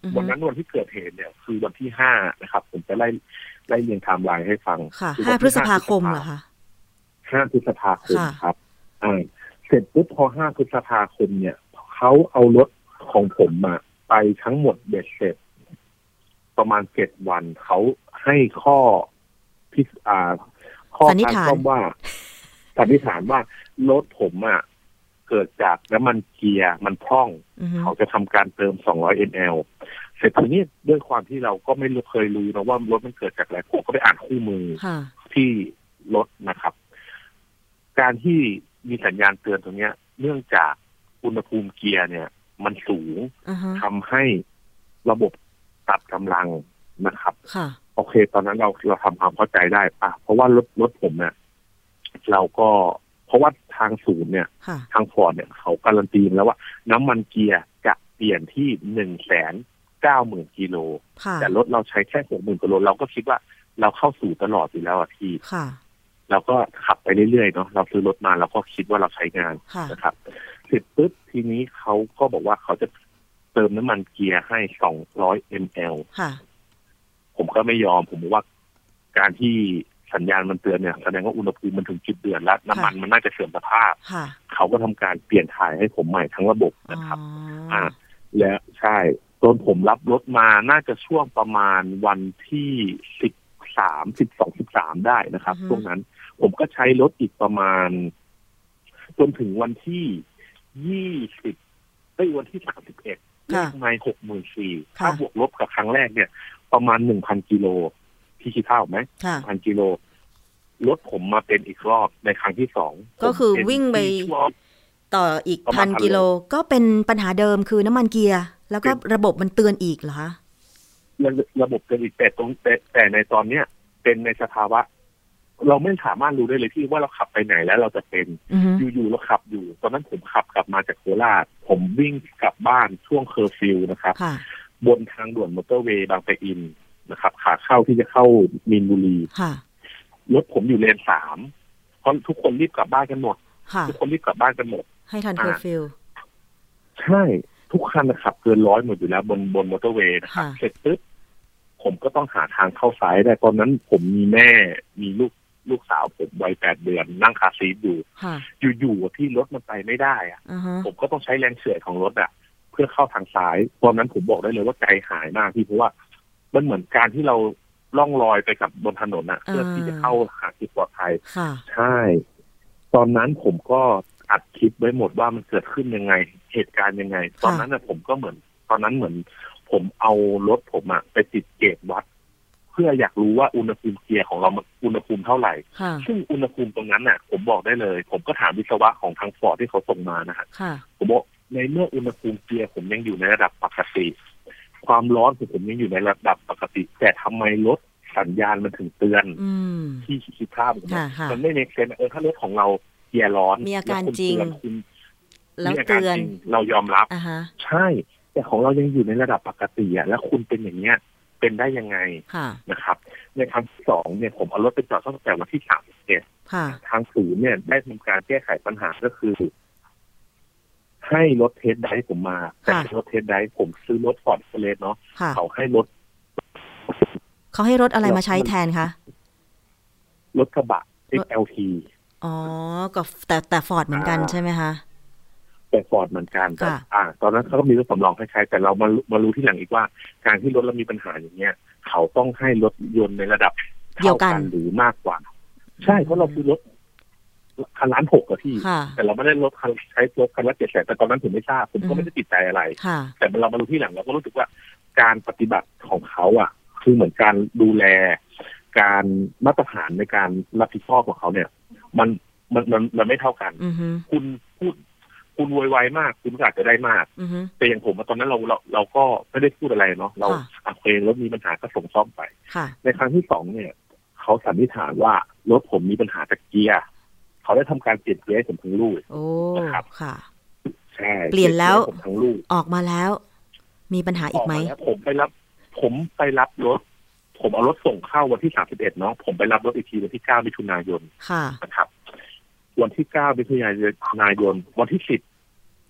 วันนั้นวันที่เกิดเหตุเนี่ยคือวันที่ห้านะครับผมจะไล่ไล่เรียงไทม์ไลน์ให้ฟังค่ะห้าพฤษภาคมเหรอคะห้าพฤษภาคมครับอ่าเสร็จปุ๊บพอห้าพฤษภาคมเนี่ยเขาเอารถของผมมาไปทั้งหมดเบ็ดเสร็จประมาณเจ็ดวันเขาให้ข้อพิจอ่าข้อการต้อมว่าสันนิษฐานว่ารถผมอ่ะเกิดจากน้ำมันเกียร์มันพร่องเขาจะทำการเติมสองร้อยมิลลิลิตรเสร็จทีนี้ด้วยความที่เราก็ไม่เคยรู้นะว่ารถมันเกิดจากอะไรผมก็ไปอ่านคู่มือที่รถนะครับการที่มีสัญญาณเตือนตรงนี้เนื่องจากอุณหภูมิเกียร์เนี่ยมันสูง uh-huh. ทำให้ระบบตัดกำลังนะครับ uh-huh. โอเคตอนนั้นเราเราทำความเข้าใจได้ปะเพราะว่ารถรถผมเนี่ยเราก็เพราะว่าทางศูนย์เนี่ย uh-huh. ทางฟอร์ดเนี่ยเขาการันตีแล้วว่าน้ำมันเกียร์จะเปลี่ยนที่หนึ่งแสนเก้าหมื่นกิโล uh-huh. แต่รถเราใช้แค่หกหมื่นกิโลเราก็คิดว่าเราเข้าสู่ตลอดอยู่แล้วอ่ะที่ uh-huh. เราก็ขับไปเรื่อยๆเนาะเราซื้อรถมาเราก็คิดว่าเราใช้งานนะครับเสร็จปุ๊บทีนี้เขาก็บอกว่าเขาจะเติมน้ำมันเกียร์ให้สองร้อยมิลลิลิตรผมก็ไม่ยอมผมบอกว่าการที่สัญญาณมันเตือนเนี่ยแสดงว่าอุณหภูมิมันถึงจุดเดือดแล้วน้ำมันมันน่าจะเสื่อมสภาพเขาก็ทำการเปลี่ยนถ่ายให้ผมใหม่ทั้งระบบนะครับอ่าและใช่ตอนผมรับรถมาน่าจะช่วงประมาณวันที่สิบสามสิบสองสิบสามได้นะครับช่วงนั้นผมก็ใช้รถอีกประมาณจนถึงวันที่ยี่สิบได้วันที่สามสิบเอ็ดเลขไมล์หกหมื่นสี่ถ้าบวกลบกับครั้งแรกเนี่ยประมาณหนึ่งพันกิโลพี่คิดเท่าไหมพันกิโลรถผมมาเป็นอีกรอบในครั้งที่สองก็คือวิ่งไปต่ออีกพันกิโลก็เป็นปัญหาเดิมคือน้ำมันเกียร์แล้วก็ระบบมันเตือนอีกเหรอคะระบบเตือนอีกแต่ตรงแต่แต่ในตอนเนี้ยเป็นในสภาวะเราไม่สามารถรู้ได้เลยที่ว่าเราขับไปไหนแล้วเราจะเป็น uh-huh. อยู่ๆเราขับอยู่ตอนนั้นผมขับกลับมาจากโคราชผมวิ่งกลับบ้านช่วงเคอร์ฟิวนะครับ uh-huh. บนทางด่วนมอเตอร์เวย์บางปะอินนะครับขาเข้าที่จะเข้ามีนบุรี uh-huh. รถผมอยู่เลนสามเพราะทุกคนรีบกลับบ้านกันหมด uh-huh. ทุกคนรีบกลับบ้านกันหมดให้ทันเคอร์ฟิวใช่ทุกคันขับเกินร้อยหมดอยู่แล้วบนบนมอเตอร์เวย์นะครับ uh-huh. เสร็จปุ๊บผมก็ต้องหาทางเข้าซ้ายได้ตอนนั้นผมมีแม่มีลูกลูกสาวผมวัยแปดเดือนนั่งคาร์ซีทอยู่อยู่ๆที่รถมันไปไม่ได้อ่ะ uh-huh. ผมก็ต้องใช้แรงเฉื่อยของรถอ่ะเพื่อเข้าทางซ้ายตอนนั้นผมบอกได้เลยว่าใจหายมากที่เพราะว่ามันเหมือนการที่เราล่องลอยไปกับบนถนนอ่ะ uh-huh. เพื่อที่จะเข้าหาที่ปลอดภัย uh-huh. ใช่ตอนนั้นผมก็อัดคลิปไว้หมดว่ามันเกิดขึ้นยังไงเหตุการณ์ยังไง uh-huh. ตอนนั้นน่ะผมก็เหมือนตอนนั้นเหมือนผมเอารถผมอ่ะไปติดเกจวัดเพื่ออยากรู้ว่าอุณหภูมิเกียร์ของเราอุณหภูมิเท่าไหร่ซึ่งอุณหภูมิตรงนั้นน่ะผมบอกได้เลยผมก็ถามวิศวะของทางฟอร์ดที่เขาส่งมานะฮะผมบอกในเมื่ออุณหภูมิเกียร์ผมยังอยู่ในระดับปกติความร้อนของผมยังอยู่ในระดับปกติแต่ทำไมรถสัญญาณมันถึงเตือนที่คิดภาพผมมันไม่เมคเซนส์เออถ้ารถของเราเกียร์ร้อนมีอาการจริงแล้วเตือนเรายอมรับใช่แต่ของเรายังอยู่ในระดับปกติอ่ะแล้วคุณเป็นอย่างเนี้ยเป็นได้ยังไงนะครับในครั้งที่สองเนี่ยผมเอารถไปจอดตั้งแต่วันที่สามสิบเอ็ดทางศูนย์เนี่ยได้ทำการแก้ไขปัญหาก็คือให้รถเทสไดฟ์ผมมาแต่รถเทสไดฟ์ผมซื้อรถฟอร์ดเฟเลสเนาะเขาให้รถเขาให้รถอะไรมาใช้แทนคะรถกระบะ เอ็กซ์ แอล ทีอ๋อก็แต่แต่ฟอร์ดเหมือนกันใช่ไหมคะแต่ฟอร์ดเหมือนกันแต่อ่าตอนนั้นเขาก็มีรถสำรองคล้ายๆแต่เรามามารู้ที่หลังอีกว่าการที่รถเรามีปัญหาอย่างเงี้ยเขาต้องให้รถยนต์ในระดับเท่ากันหรือมากกว่าใช่เพราะเราซื้อรถคันล้านหกอะพี่แต่เราไม่ได้รถคันใช้รถคันละเจ็ดแสนแต่ตอนนั้นผมไม่ทราบผมก็ไม่ได้ติดใจอะไรแต่เรามารู้ที่หลังเราก็รู้สึกว่าการปฏิบัติของเขาอ่ะคือเหมือนการดูแลการมาตรฐานในการรับผิดชอบของเขาเนี่ยมันมันมันมันไม่เท่ากันคุณพูดคุณโวยวายมากคุณอาจจะได้มากแต่อย่างผมตอนนั้นเราเราเราก็ไม่ได้พูดอะไรเนาะเราเองรถมีปัญหาก็ส่งซ่อมไปในครั้งที่สองเนี่ยเขาสันนิษฐานว่ารถผมมีปัญหาจากเกียร์เขาได้ทำการเปลี่ยนเกียร์ให้ผมทั้งลูกนะครับค่ะใช่เปลี่ยนแล้วออกมาแล้วมีปัญหาอีกไหมผมไปรับผมไปรับรถผมเอารถส่งเข้าวันที่สามสิบเอ็ดเนาะผมไปรับรถอีกทีวันที่เก้ามิถุนายนนะครับวันที่เก้ามิถุนายนวันที่สิบ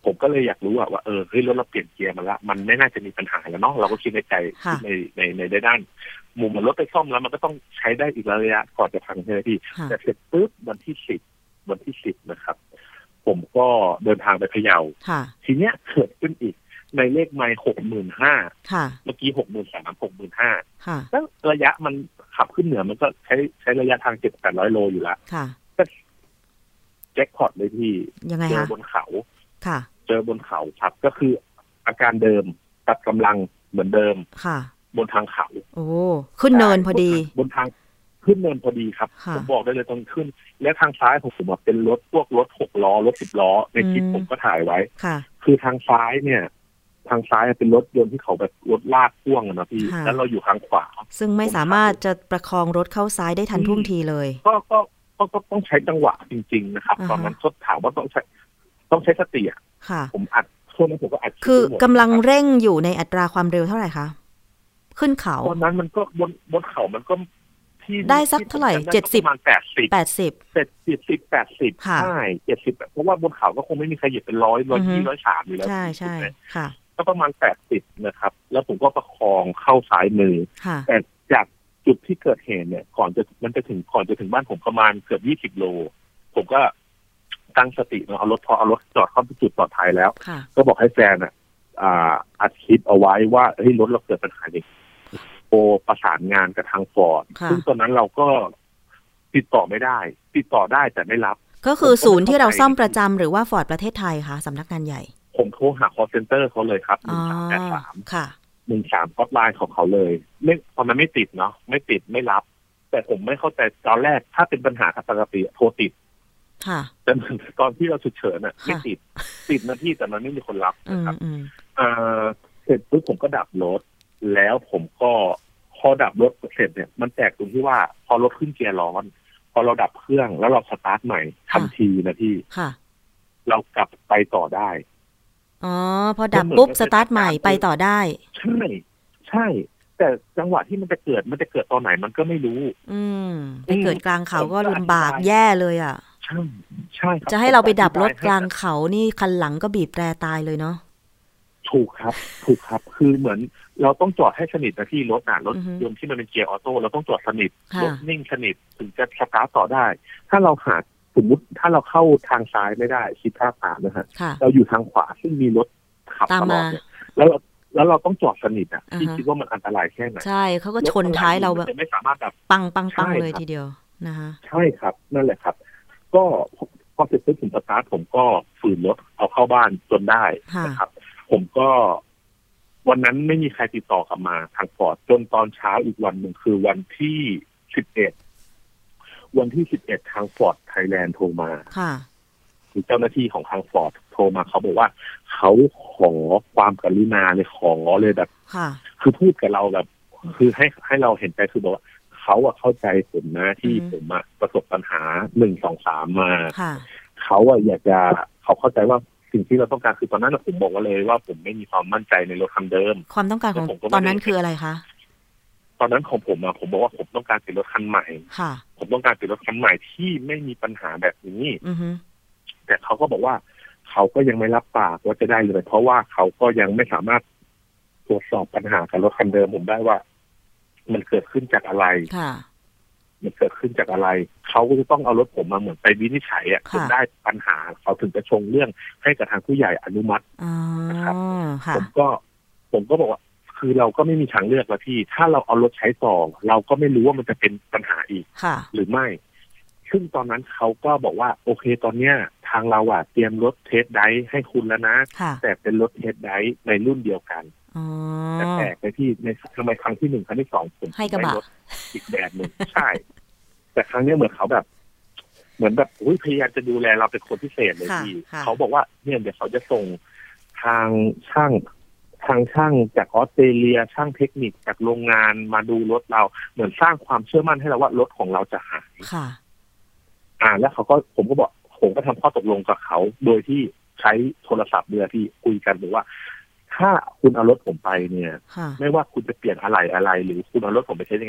ผมก็เลยอยากรู้ว่าเออเฮ้ยรถเราเปลี่ยนเกียร์มาละมันไม่น่าจะมีปัญหาแล้วเนาะเราก็คิดในใจในในในในด้านมุมมันรถไปซ่อมแล้วมันก็ต้องใช้ได้อีกระยะก่อนจะพังใช่ไหมพี่แต่เสร็จปุ๊บวันที่สิบวันที่สิบนะครับผมก็เดินทางไปพะเยาทีเนี้ยเกิดขึ้นอีกในเลขไมล์หกหมื่นห้าเมื่อกี้หกหมื่นสามหกหมื่นห้าแล้วระยะมันขับขึ้นเหนือมันก็ใช้ใช้ระยะทางเจ็ดแปดร้อยโลอยู่แล้วก็แจ็คพอตเลยพี่เจอบนเขาเจอบนเขาครับก็คืออาการเดิมตัดกำลังเหมือนเดิมบนทางเขาโอ้ขึ้นเนินพอดีบนทางขึ้นเนินพอดีครับผมบอกได้เลยตรงขึ้นและทางซ้ายของผมเป็นรถพวกรถหกล้อรถสิบล้อในคลิปผมก็ถ่ายไว้คือทางซ้ายเนี่ยทางซ้ายเป็นรถยนต์ที่เขาแบบรถลากพ่วงนะพี่แล้วเราอยู่ทางขวาซึ่งไม่สามารถจะประคองรถเข้าซ้ายได้ทันท่วงทีเลยก็ก็ก็ต้องใช้จังหวะจริงๆนะครับตอนนั้นทดถามว่าต้องใช้ต้องใช้สติอ่ะผมอัดช่วงนั้นผมก็อัดคือกำลังเร่งอยู่ในอัตราความเร็วเท่าไหร่คะขึ้นเขาตอนนั้นมันก็บนบนเขามันก็ที่ได้สักเท่าไหร่เจ็ดสิบประมาณแปดสิบแปดสิบเจ็ดสิบแปดสิบใช่เจ็ดสิบเพราะว่าบนเขาก็คงไม่มีใครเหยียบเป็นร้อยร้อยยี่ร้อยสามอยู่แล้วใช่ใช่ค่ะก็ประมาณแปดสิบนะครับแล้วผมก็ประคองเข้าซ้ายมือแต่จากจุดที่เกิดเหตุเนี่ยก่อนจะมันจะถึงก่อนจะถึงบ้านผมประมาณเกือบยี่สิบโลผมก็ตั้งสติเนาะเอารถพอเอารถจอดเข้าจุดปลอดภัยแล้วก็บอกให้แฟนอ่ะอัดคลิปเอาไว้ว่าเฮ้ยรถเราเกิดปัญหาอย่างโอประสานงานกับทางฟอร์ดซึ่งตอนนั้นเราก็ติดต่อไม่ได้ติดต่อได้แต่ไม่รับก็คือศูนย์ที่เราซ่อมประจำหรือว่าฟอร์ดประเทศไทยคะสำนักงานใหญ่ผมโทรหา call center เขาเลยครับหนึ่งสามแปดสามค่ะหนึ่งสามฮอตไลน์ของเขาเลยไม่ตอนนั้นไม่ติดเนาะไม่ติดไม่รับแต่ผมไม่เข้าใจตอนแรกถ้าเป็นปัญหาปกติโทรติดแต่ตอนที่เราฉุกเฉินอ่ะไม่ติดติดนาทีแต่มันไม่มีคนรับนะครับเสร็จปุ๊บผมก็ดับรถแล้วผมก็พอดับรถเสร็จเนี่ยมันแตกตรงที่ว่าพอรถขึ้นเกียร์ร้อนพอเราดับเครื่องแล้วเราสตาร์ทใหม่ทันทีนะพี่เรากลับไปต่อได้อ๋อพอดับปุ๊บสตาร์ทใหม่ไปต่อได้ใช่ใช่แต่จังหวะที่มันจะเกิดมันจะเกิดตอนไหนมันก็ไม่รู้อืมไปเกิดกลางเขาก็ลำบากแย่เลยอ่ะใช่ใช่จะให้เราไปดับรถกลางเขานี่คันหลังก็บีบแตรตายเลยเนาะถูกครับถูกครับคือเหมือนเราต้องจอดให้สนิทนะที่รถน่ะรถยนต์ที่มันเป็นเกียร์ออโต้เราต้องจอดสนิทรถนิ่งสนิทถึงจะสตาร์ทต่อได้ถ้าเราหาสมมติถ้าเราเข้าทางซ้ายไม่ได้คิดภาพตามนะฮะเราอยู่ทางขวาซึ่งมีรถขับตลอดเนี่ยแล้วเราแล้วเราต้องจอดสนิทอ่ะที่คิดว่ามันอันตรายแค่ไหนใช่เขาก็ชนท้ายเราแบบไม่สามารถแบบปังปังปังเลยทีเดียวนะคะใช่ครับนั่นแหละครับก็พอเสร็จปุ๊บผมสตาร์ทผมก็ฝืนรถเอาเข้าบ้านจนได้นะครับผมก็วันนั้นไม่มีใครติดต่อกลับมาทางฟอร์ดจนตอนเช้าอีกวันหนึ่งคือวันที่สิบเอ็ดวันที่สิบเอ็ดทางฟอร์ดไทยแลนด์โทรมาคือเจ้าหน้าที่ของทางฟอร์ดโทรมาเขาบอกว่าเขาขอความกรุณาเลยขอเลยแบบคือพูดกับเราแบบคือให้ให้เราเห็นใจคือบอกว่าเขาอะเข้าใจผมนะที่ผมอะประสบปัญหาหนึ่งสองสามมาเขาอะอยากจะเขาเข้าใจว่าสิ่งที่เราต้องการคือตอนนั้นผมบอกว่าเลยว่าผมไม่มีความมั่นใจในรถคันเดิมความต้องการของตอนนั้นคืออะไรคะตอนนั้นของผมอะผมบอกว่าผมต้องการเป็นรถคันใหม่ผมต้องการเป็นรถคันใหม่ที่ไม่มีปัญหาแบบนี้แต่เขาก็บอกว่าเขาก็ยังไม่รับปากว่าจะได้เลยเพราะว่าเขาก็ยังไม่สามารถตรวจสอบปัญหากับรถคันเดิมผมได้ว่ามันเกิดขึ้นจากอะไรมันเกิดขึ้นจากอะไรเขาก็จะต้องเอารถผมมาเหมือนไปวินิจฉัยอ่ะจนได้ปัญหาเขาถึงจะชงเรื่องให้กับทางผู้ใหญ่อนุมัตินะครับผมก็ผมก็บอกว่าคือเราก็ไม่มีทางเลือกแล้วที่ถ้าเราเอารถใช้ต่อเราก็ไม่รู้ว่ามันจะเป็นปัญหาอีกหรือไม่ซึ่งตอนนั้นเขาก็บอกว่าโอเคตอนเนี้ยทางเราอ่ะเตรียมรถเทสไดฟ์ให้คุณแล้วนะแต่เป็นรถเทสไดฟ์ในรุ่นเดียวกันแต่แปลกไปที่ในทำไมครั้งที่หนึ่งครั้งที่สองผมให้กระบะอีกแบบหนึ่งใช่แต่ครั้งนี้เหมือนเขาแบบเหมือนแบบอุ้ยพยายามจะดูแลเราเป็นคนพิเศษเลยที่เขาบอกว่าเนี่ยเดี๋ยวเขาจะส่งทางช่างทางช่างจากออสเตรเลียช่างเทคนิคจากโรงงานมาดูรถเราเหมือนสร้างความเชื่อมั่นให้เราว่ารถของเราจะหายค่ะอ่าแล้วเขาก็ผมก็บอกผมก็ทำข้อตกลงกับเขาโดยที่ใช้โทรศัพท์เรือที่คุยกันบอกว่าถ้าคุณเอารถผมไปเนี่ยไม่ว่าคุณจะเปลี่ยนอะไรอะไรหรือคุณเอารถผมไปใช้ยังไง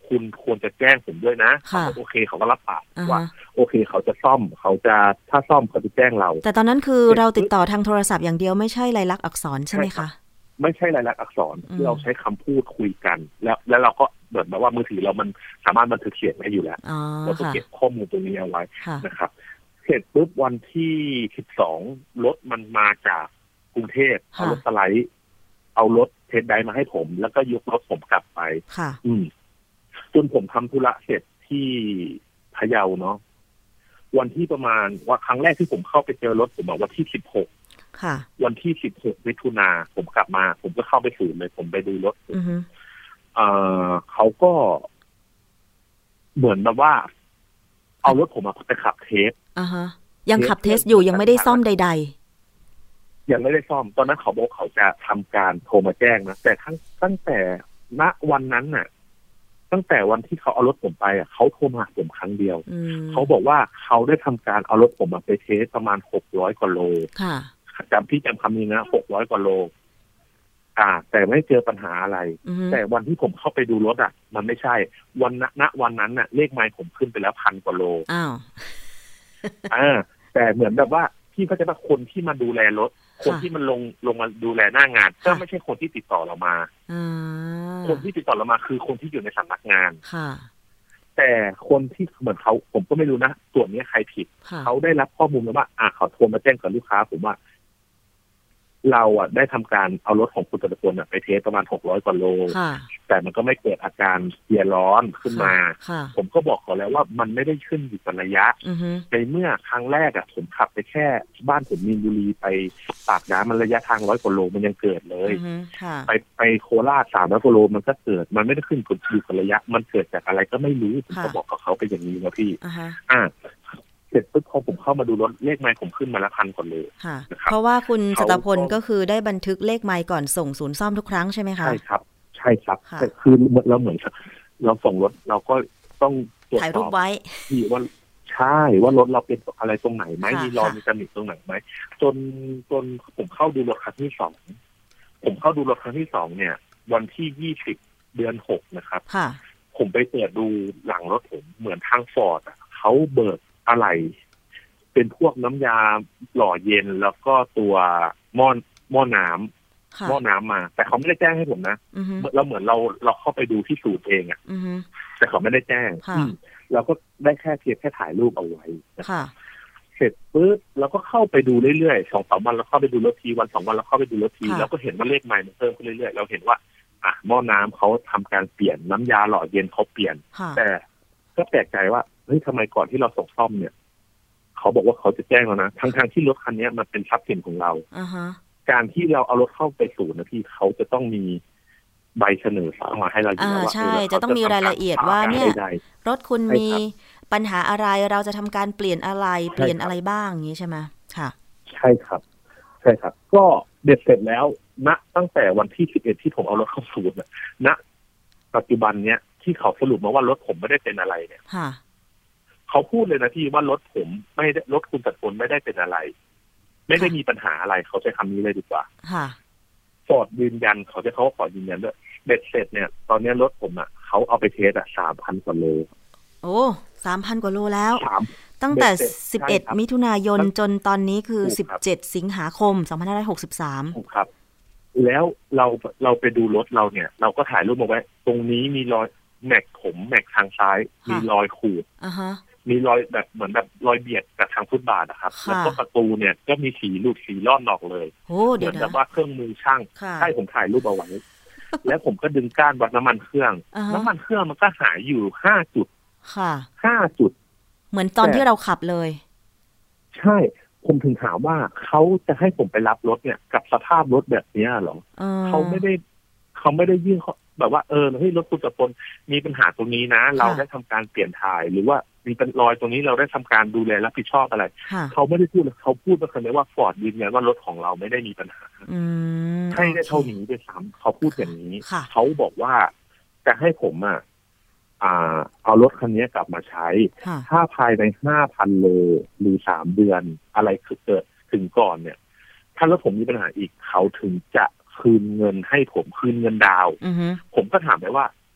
คุณควรจะแจ้งผมด้วยนะโอเคเขาก็รับปากว่าโอเคเขาจะซ่อมเขาจะถ้าซ่อมเขาจะแจ้งเราแต่ตอนนั้นคือเราติดต่อทางโทรศัพท์อย่างเดียวไม่ใช่ลายลักษณ์อักษรใช่ไหมคะไม่ใช่ลายลักษณ์อักษรที่เราใช้คำพูดคุยกันแล้วแล้วเราก็เหมือนแบบว่ามือถือเรามันสามารถบันทึกเสียงได้อยู่แล้วเราก็เก็บข้อมูลตรงนี้เอาไว้นะครับเสร็จปุ๊บวันที่สิบสองรถมันมาจากกรุงเทพเอารถสไลด์เอารถเทสไดมาให้ผมแล้วก็ยกรถผมกลับไปอืมจนผมทำธุระเสร็จที่พะเยาเนาะวันที่ประมาณว่าครั้งแรกที่ผมเข้าไปเจอรถผมบอกวันที่สิบหกวันที่สิบหกมิถุนาผมกลับมาผมก็เข้าไปศูนย์เลยผมไปดูรถเอ่อเขาก็เหมือนแบบว่าเอารถผมมาไปขับเทสอ่าฮะยังขับเทสอยู่ยังไม่ได้ซ่อมใดๆยังไม่ได้ซ่อมตอนนั้นเขาบอกเขาจะทำการโทรมาแจ้งนะแต่ทั้งตั้งแต่ณวันนั้นน่ะตั้งแต่วันที่เขาเอารถผมไปอ่ะเขาโทรมาผมครั้งเดียวเขาบอกว่าเขาได้ทำการเอารถผมมาไปเทสประมาณหกร้อยกว่าโลค่ะจำพี่จำคำนี้นะหกร้อยกว่าโลอ่าแต่ไม่เจอปัญหาอะไรแต่วันที่ผมเข้าไปดูรถอ่ะมันไม่ใช่วันณวันนั้นน่ะเลขไมล์ผมขึ้นไปแล้วพันกว่าโลอ้าวอ่าแต่เหมือนแบบว่าพี่เขาจะว่าคนที่มาดูแลรถคนที่มันลงลงมาดูแลหน้างานก็ไม่ใช่คนที่ติดต่อเรามาคนที่ติดต่อเรามาคือคนที่อยู่ในสำนักงานแต่คนที่เหมือนเขาผมก็ไม่รู้นะส่วนนี้ใครผิดเขาได้รับข้อมูลมาว่าอ่าเขาโทรมาแจ้งกับลูกค้าผมว่าเราอ่ะได้ทำการเอารถของคุณตะพลไปเทสประมาณหกร้อยกว่าโลแต่มันก็ไม่เกิดอาการเสียร้อนขึ้นมาผมก็บอกเขาแล้วว่ามันไม่ได้ขึ้นอยู่กับระยะในเมื่อครั้งแรกอ่ะผมขับไปแค่บ้านผมมีนบุรีไปปากน้ำมันระยะทางร้อยกว่าโลมันยังเกิดเลยไปไปโคราชสามร้อยกว่าโลมันก็เกิดมันไม่ได้ขึ้นอยู่กับระยะมันเกิดจากอะไรก็ไม่รู้ผมก็บอกกับเขาไปอย่างนี้นะพี่อ่าเสร็จปุ๊บพอผมเข้ามาดูรถเลขไมล์ผมขึ้นมาละพันกว่าเลยเพราะว่าคุณสัตพลก็คือได้บันทึกเลขไมล์ก่อนส่งศูนย์ซ่อมทุกครั้งใช่ไหมคะใช่ครับใช่ครับแต่คือเราเหมือนเราส่งรถเราก็ต้องตรวจสอบถ่ายรูปไว้ที่ว่าใช่ว่ารถเราเป็นอะไรตรงไหนไหมมีรอยมีตำหนิตรงไหนไหมจนจนผมเข้าดูรถครั้งที่สองผมเข้าดูรถครั้งที่สองเนี่ยวันที่ยี่สิบเดือนหกนะครับผมไปเปิดดูหลังรถผมเหมือนทางฟอร์ดเขาเบิกอะไรเป็นพวกน้ำยาหล่อเย็นแล้วก็ตัวหม้อหม้อน้ำหม้อน้ำมาแต่เขาไม่ได้แจ้งให้ผมนะเราเหมือนเราเราเข้าไปดูที่สูตรเองอ่ะแต่เขาไม่ได้แจ้งเราก็ได้แค่เพียงแค่ถ่ายรูปเอาไว้เสร็จปุ๊บเราก็เข้าไปดูเรื่อยๆสองสามวันเราเข้าไปดูรถทีวันสองวันเราเข้าไปดูรถทีแล้วก็เห็นว่าเลขไมล์มันเพิ่มขึ้นเรื่อยๆเราเห็นว่าอ่ะหม้อน้ำเขาทำการเปลี่ยนน้ำยาหล่อเย็นเขาเปลี่ยนแต่ก็แปลกใจว่าเฮ้ยทำไมก่อนที่เราส่งซ่อมเนี่ยเขาบอกว่าเขาจะแจ้งแล้วนะทั้งๆที่รถคันนี้มันเป็นทรัพย์สินของเรา uh-huh. การที่เราเอารถเข้าไปศูนย์นะพี่เขาจะต้องมีใบเสนอสั่งมาให้เราอยู่แล้วว่าใช่จะต้องมีรายละเอียดว่าเนี่ยรถคุณมีปัญหาอะไรเราจะทำการเปลี่ยนอะไรเปลี่ยนอะไรบ้างอย่างนี้ใช่ไหมค่ะใช่ครับใช่ครับก็เด็ดเสร็จแล้วณตั้งแต่วันที่สิบเอ็ดที่ผมเอารถเข้าศูนย์ณปัจจุบันเนี้ยที่เขาสรุปมาว่ารถผมไม่ได้เป็นอะไรเนี่ยเขาพูดเลยนะที่ว่ารถผมไม่ได้รถคุณตะพลไม่ได้เป็นอะไรไม่ได้มีปัญหาอะไรเขาใช้คำนี้เลยดีกว่าฟอร์ดยืนยันเขาจะเขาขอยืนยันด้วยเบ็ดเสร็จเนี่ยตอนนี้รถผมอ่ะเขาเอาไปเทสอ่ะสามพันกว่าโลโอ้สามพันกว่าโลแล้วตั้งแต่สิบเอ็ดมิถุนายนจนตอนนี้คือสิบเจ็ดสิงหาคมสองพันห้าร้อยหกสิบสามครับแล้วเราเราไปดูรถเราเนี่ยเราก็ถ่ายรูปมาไว้ตรงนี้มีรอยแม็กผมแม็กทางซ้ายมีรอยขูดมีรอยแบบเหมือนแบบรอยเบียดกับทางฟุตบาทนะครับแล้วก็ประตูเนี่ยก็มีสีหลุดสีลอดนอกเลยเหมือนแบบว่าเครื่องมือช่างใช่ผมถ่ายรูปเอาไว้แล้วผมก็ดึงก้านวัดน้ำมันเครื่องน้ำมันเครื่องมันก็หายอยู่ห้าจุดค่ะห้าจุดเหมือนตอนที่เราขับเลยใช่ผมถึงถามว่าเขาจะให้ผมไปรับรถเนี่ยกับสภาพรถแบบนี้หรอเขาไม่ได้เขาไม่ได้ยื่นแบบว่าเออเฮ้ยรถคุณตะพลมีปัญหาตรงนี้นะเราได้ทำการเปลี่ยนถ่ายหรือว่ามีเป็นรอยตรงนี้เราได้ทำการดูแลรับผิดชอบอะไรเขาไม่ได้พูดเขาพูดมาแค่ว่าฟอร์ดยืนยันว่ารถของเราไม่ได้มีปัญหาให้ได้เท่านี้ด้วยซ้ำเขาพูดอย่างนี้เขาบอกว่าจะให้ผมอ่ะอ่าเอารถคันนี้กลับมาใช้ถ้าภายในห้าพันโลหรือสามเดือนอะไรคือเกิดถึงก่อนเนี่ยถ้ารถผมมีปัญหาอีกเขาถึงจะคืนเงินให้ผมคืนเงินดาวผมก็ถามไปว่า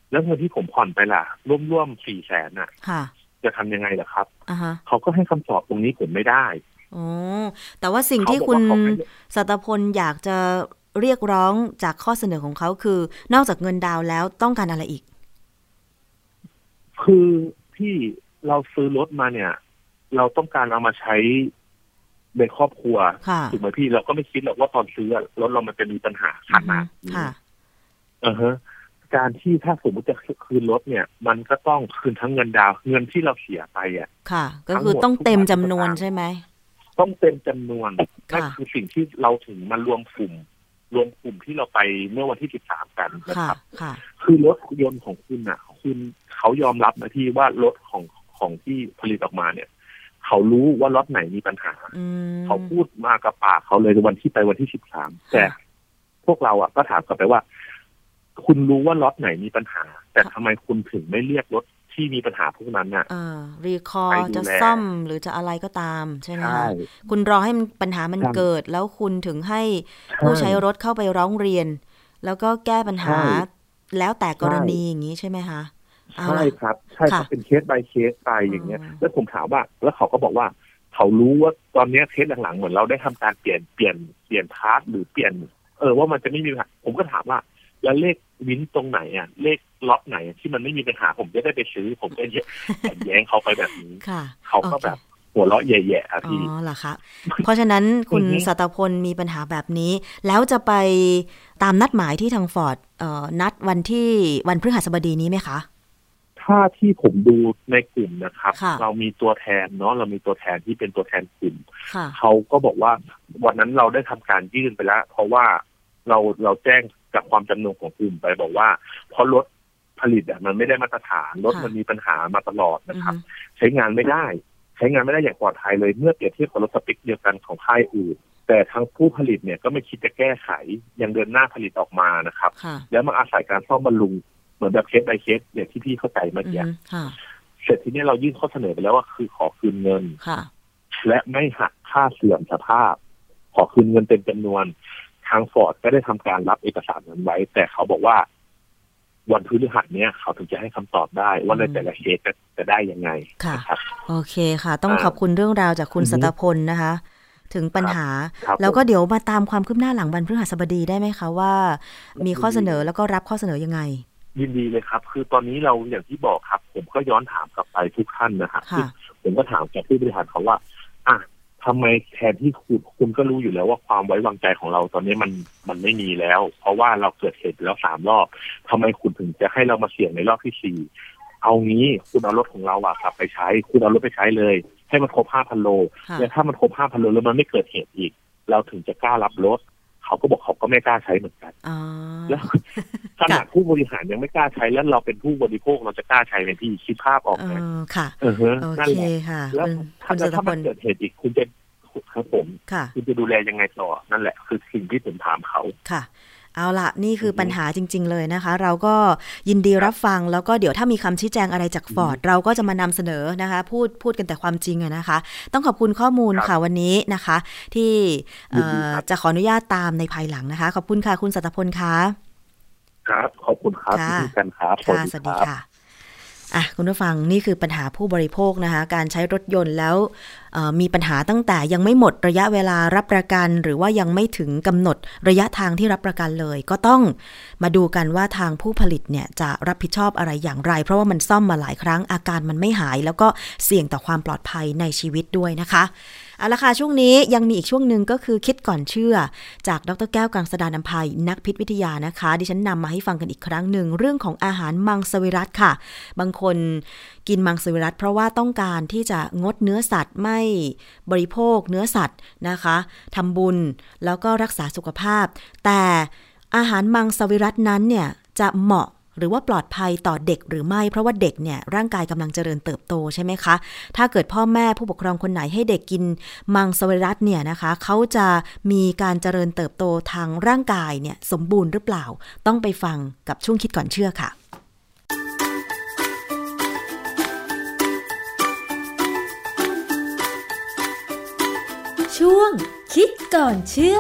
แล้วเงินที่ผมผ่อนไปล่ะร่วมๆสี่แสนน่ะจะทำยังไงล่ะครับ uh-huh. เขาก็ให้คำตอบตรงนี้ผมไม่ได้อ๋อแต่ว่าสิ่งที่คุณสัตพลอยากจะเรียกร้องจากข้อเสนอของเขาคือนอกจากเงินดาวแล้วต้องการอะไรอีกคือที่เราซื้อรถมาเนี่ยเราต้องการเอามาใช้ในครอบครัวถูกไหมพี่เราก็ไม่คิดหรอกว่าตอนซื้อรถเรามันจะมีปัญหาขนาดนี้อ่าฮะการที่ถ้าสมมติจะคืนรถเนี่ยมันก็ต้องคืนทั้งเงินดาวเงินที่เราเสียไปอ่ะค่ะก็คือต้องเต็มจำนวนใช่ไหมต้องเต็มจำนวนนั่นคือสิ่งที่เราถึงมารวมกลุ่มรวมกลุ่มที่เราไปเมื่อวันที่สิบสามกันนะครับคือรถยนต์ของคุณอ่ะคุณเขายอมรับนะที่ว่ารถของของที่ผลิตออกมาเนี่ยเขารู้ว่ารถไหนมีปัญหาเขาพูดมากับปากเขาเลยในวันที่ไปวันที่สิบสามแต่พวกเราอ่ะก็ถามกลับไปว่าคุณรู้ว่ารถไหนมีปัญหาแต่ทำไมคุณถึงไม่เรียกรถที่มีปัญหาพวกนั้นน่ะรีคอร์จะซ่อมหรือจะอะไรก็ตามใช่ไหมคะคุณรอให้ปัญหามันเกิดแล้วคุณถึงให้ผู้ใช้รถเข้าไปร้องเรียนแล้วก็แก้ปัญหาแล้วแต่กรณีอย่างนี้ใช่ไหมคะใช่ครับใช่ครับเป็นเคส by เคสไปอย่างเงี้ยแล้วผมถามว่าแล้วเขาก็บอกว่าเขารู้ว่าตอนนี้เคสหลังๆเหมือนเราได้ทำการเปลี่ยนเปลี่ยนเปลี่ยนพาร์ทหรือเปลี่ยนเออว่ามันจะไม่มีปัญหาผมก็ถามว่าแล้วเลขวินตรงไหนอ่ะเลขล็อตไหนที่มันไม่มีปัญหาผมจะได้ไปซื้อผมจะแย้งเขาไปแบบนี้เขาก็แบบหัวเราะแย่ๆอ่ะพี่อ๋อเหรอคะเพราะฉะนั้นคุณสัตพลมีปัญหาแบบนี้แล้วจะไปตามนัดหมายที่ทางฟอร์ดเอ่อนัดวันที่วันพฤหัสบดีนี้ไหมคะถ้าที่ผมดูในกลุ่มนะครับเรามีตัวแทนเนาะเรามีตัวแทนที่เป็นตัวแทนกลุ่มเขาก็บอกว่าวันนั้นเราได้ทำการยื่นไปแล้วเพราะว่าเราเราแจ้งกับความจำนงของกลุ่มไปบอกว่าเพราะรถผลิตอ่ะมันไม่ได้มาตรฐานรถมันมีปัญหามาตลอดนะครับใช้งานไม่ได้ใช้งานไม่ได้อย่างปลอดภัยเลยเมื่อเปรียบเทียบกับรถสเปคเดียวกันของค่ายอื่นแต่ทางผู้ผลิตเนี่ยก็ไม่คิดจะแก้ไขยังเดินหน้าผลิตออกมานะครับแล้วมาอาศัยการซ่อมบำรุงเหมือนแบบเคส by เคสเนี่ยที่พี่เข้าใจเมื่อกี้เสร็จทีนี้เรายื่นข้อเสนอไปแล้วว่าคือขอคืนเงินและไม่หักค่าเสื่อมสภาพขอคืนเงินเต็มจำนวนทางฟอร์ดก็ได้ทำการรับเอกสารนั้นไว้แต่เขาบอกว่าวันพฤหัสเนี้ยเขาถึงจะให้คำตอบได้ว่าในแต่ละเคสจะได้ยังไงค่ะโอเคค่ะต้องขอบคุณเรื่องราวจากคุณสัตพลนะคะถึงปัญหาแล้วก็เดี๋ยวมาตามความคืบหน้าหลังวันพฤหัสบดีได้ไหมคะว่ามีข้อเสนอแล้วก็รับข้อเสนอยังไงยินดีเลยครับคือตอนนี้เราอย่างที่บอกครับผมก็ย้อนถามกลับไปทุกท่านนะครับผมก็ถามจากผู้บริหารเขาว่าอ่ะทำไมแทนที่คุณคุณก็รู้อยู่แล้วว่าความไว้วางใจของเราตอนนี้มันมันไม่มีแล้วเพราะว่าเราเกิดเหตุแล้วสามรอบทำไมคุณถึงจะให้เรามาเสี่ยงในรอบที่สี่เอางี้คุณเอารถของเราอะครับไปใช้คุณเอารถไปใช้เลยให้มันครบ ห้าพัน โลและถ้ามันครบ ห้าพัน โลแล้วมันไม่เกิดเหตุอีกเราถึงจะกล้ารับรถเขาก็บอกเขาก็ไม่กล้าใช้เหมือนกันแล้วขนาดผู้บริหารยังไม่กล้าใช้แล้วเราเป็นผู้บริโภคเราจะกล้าใช้ไหมพี่คิดภาพออกไหมค่ะเออฮะนั่นแหละแล้วถ้าถ้ามันเกิดเหตุอีกคุณจะครับผมคุณจะดูแลยังไงต่อนั่นแหละคือสิ่งที่ผมถามเขาค่ะเอาล่ะนี่คือปัญหาจริงๆเลยนะคะเราก็ยินดีรับฟังแล้วก็เดี๋ยวถ้ามีคำชี้แจงอะไรจากฟอร์ดเราก็จะมานำเสนอนะคะพูดพูดกันแต่ความจริงอะนะคะต้องขอบคุณข้อมูลค่ะวันนี้นะคะที่จะขออนุญาตตามในภายหลังนะคะขอบคุณค่ะคุณสัตพลค่ะครับขอบคุณครับที่กันครับสวัสดีค่ะอ่ะคุณผู้ฟังนี่คือปัญหาผู้บริโภคนะคะการใช้รถยนต์แล้วมีปัญหาตั้งแต่ยังไม่หมดระยะเวลารับประกันหรือว่ายังไม่ถึงกำหนดระยะทางที่รับประกันเลยก็ต้องมาดูกันว่าทางผู้ผลิตเนี่ยจะรับผิดชอบอะไรอย่างไรเพราะว่ามันซ่อมมาหลายครั้งอาการมันไม่หายแล้วก็เสี่ยงต่อความปลอดภัยในชีวิตด้วยนะคะเอาละค่ะช่วงนี้ยังมีอีกช่วงหนึ่งก็คือคิดก่อนเชื่อจากดร.แก้วกังสดาลอำไพนักพิษวิทยานะคะดิฉันนำมาให้ฟังกันอีกครั้งหนึ่งเรื่องของอาหารมังสวิรัติค่ะบางคนกินมังสวิรัติเพราะว่าต้องการที่จะงดเนื้อสัตว์ไม่บริโภคเนื้อสัตว์นะคะทำบุญแล้วก็รักษาสุขภาพแต่อาหารมังสวิรัตินั้นเนี่ยจะเหมาะหรือว่าปลอดภัยต่อเด็กหรือไม่เพราะว่าเด็กเนี่ยร่างกายกำลังเจริญเติบโตใช่ไหมคะถ้าเกิดพ่อแม่ผู้ปกครองคนไหนให้เด็กกินมังสวิรัติเนี่ยนะคะเขาจะมีการเจริญเติบโตทางร่างกายเนี่ยสมบูรณ์หรือเปล่าต้องไปฟังกับช่วงคิดก่อนเชื่อค่ะช่วงคิดก่อนเชื่อ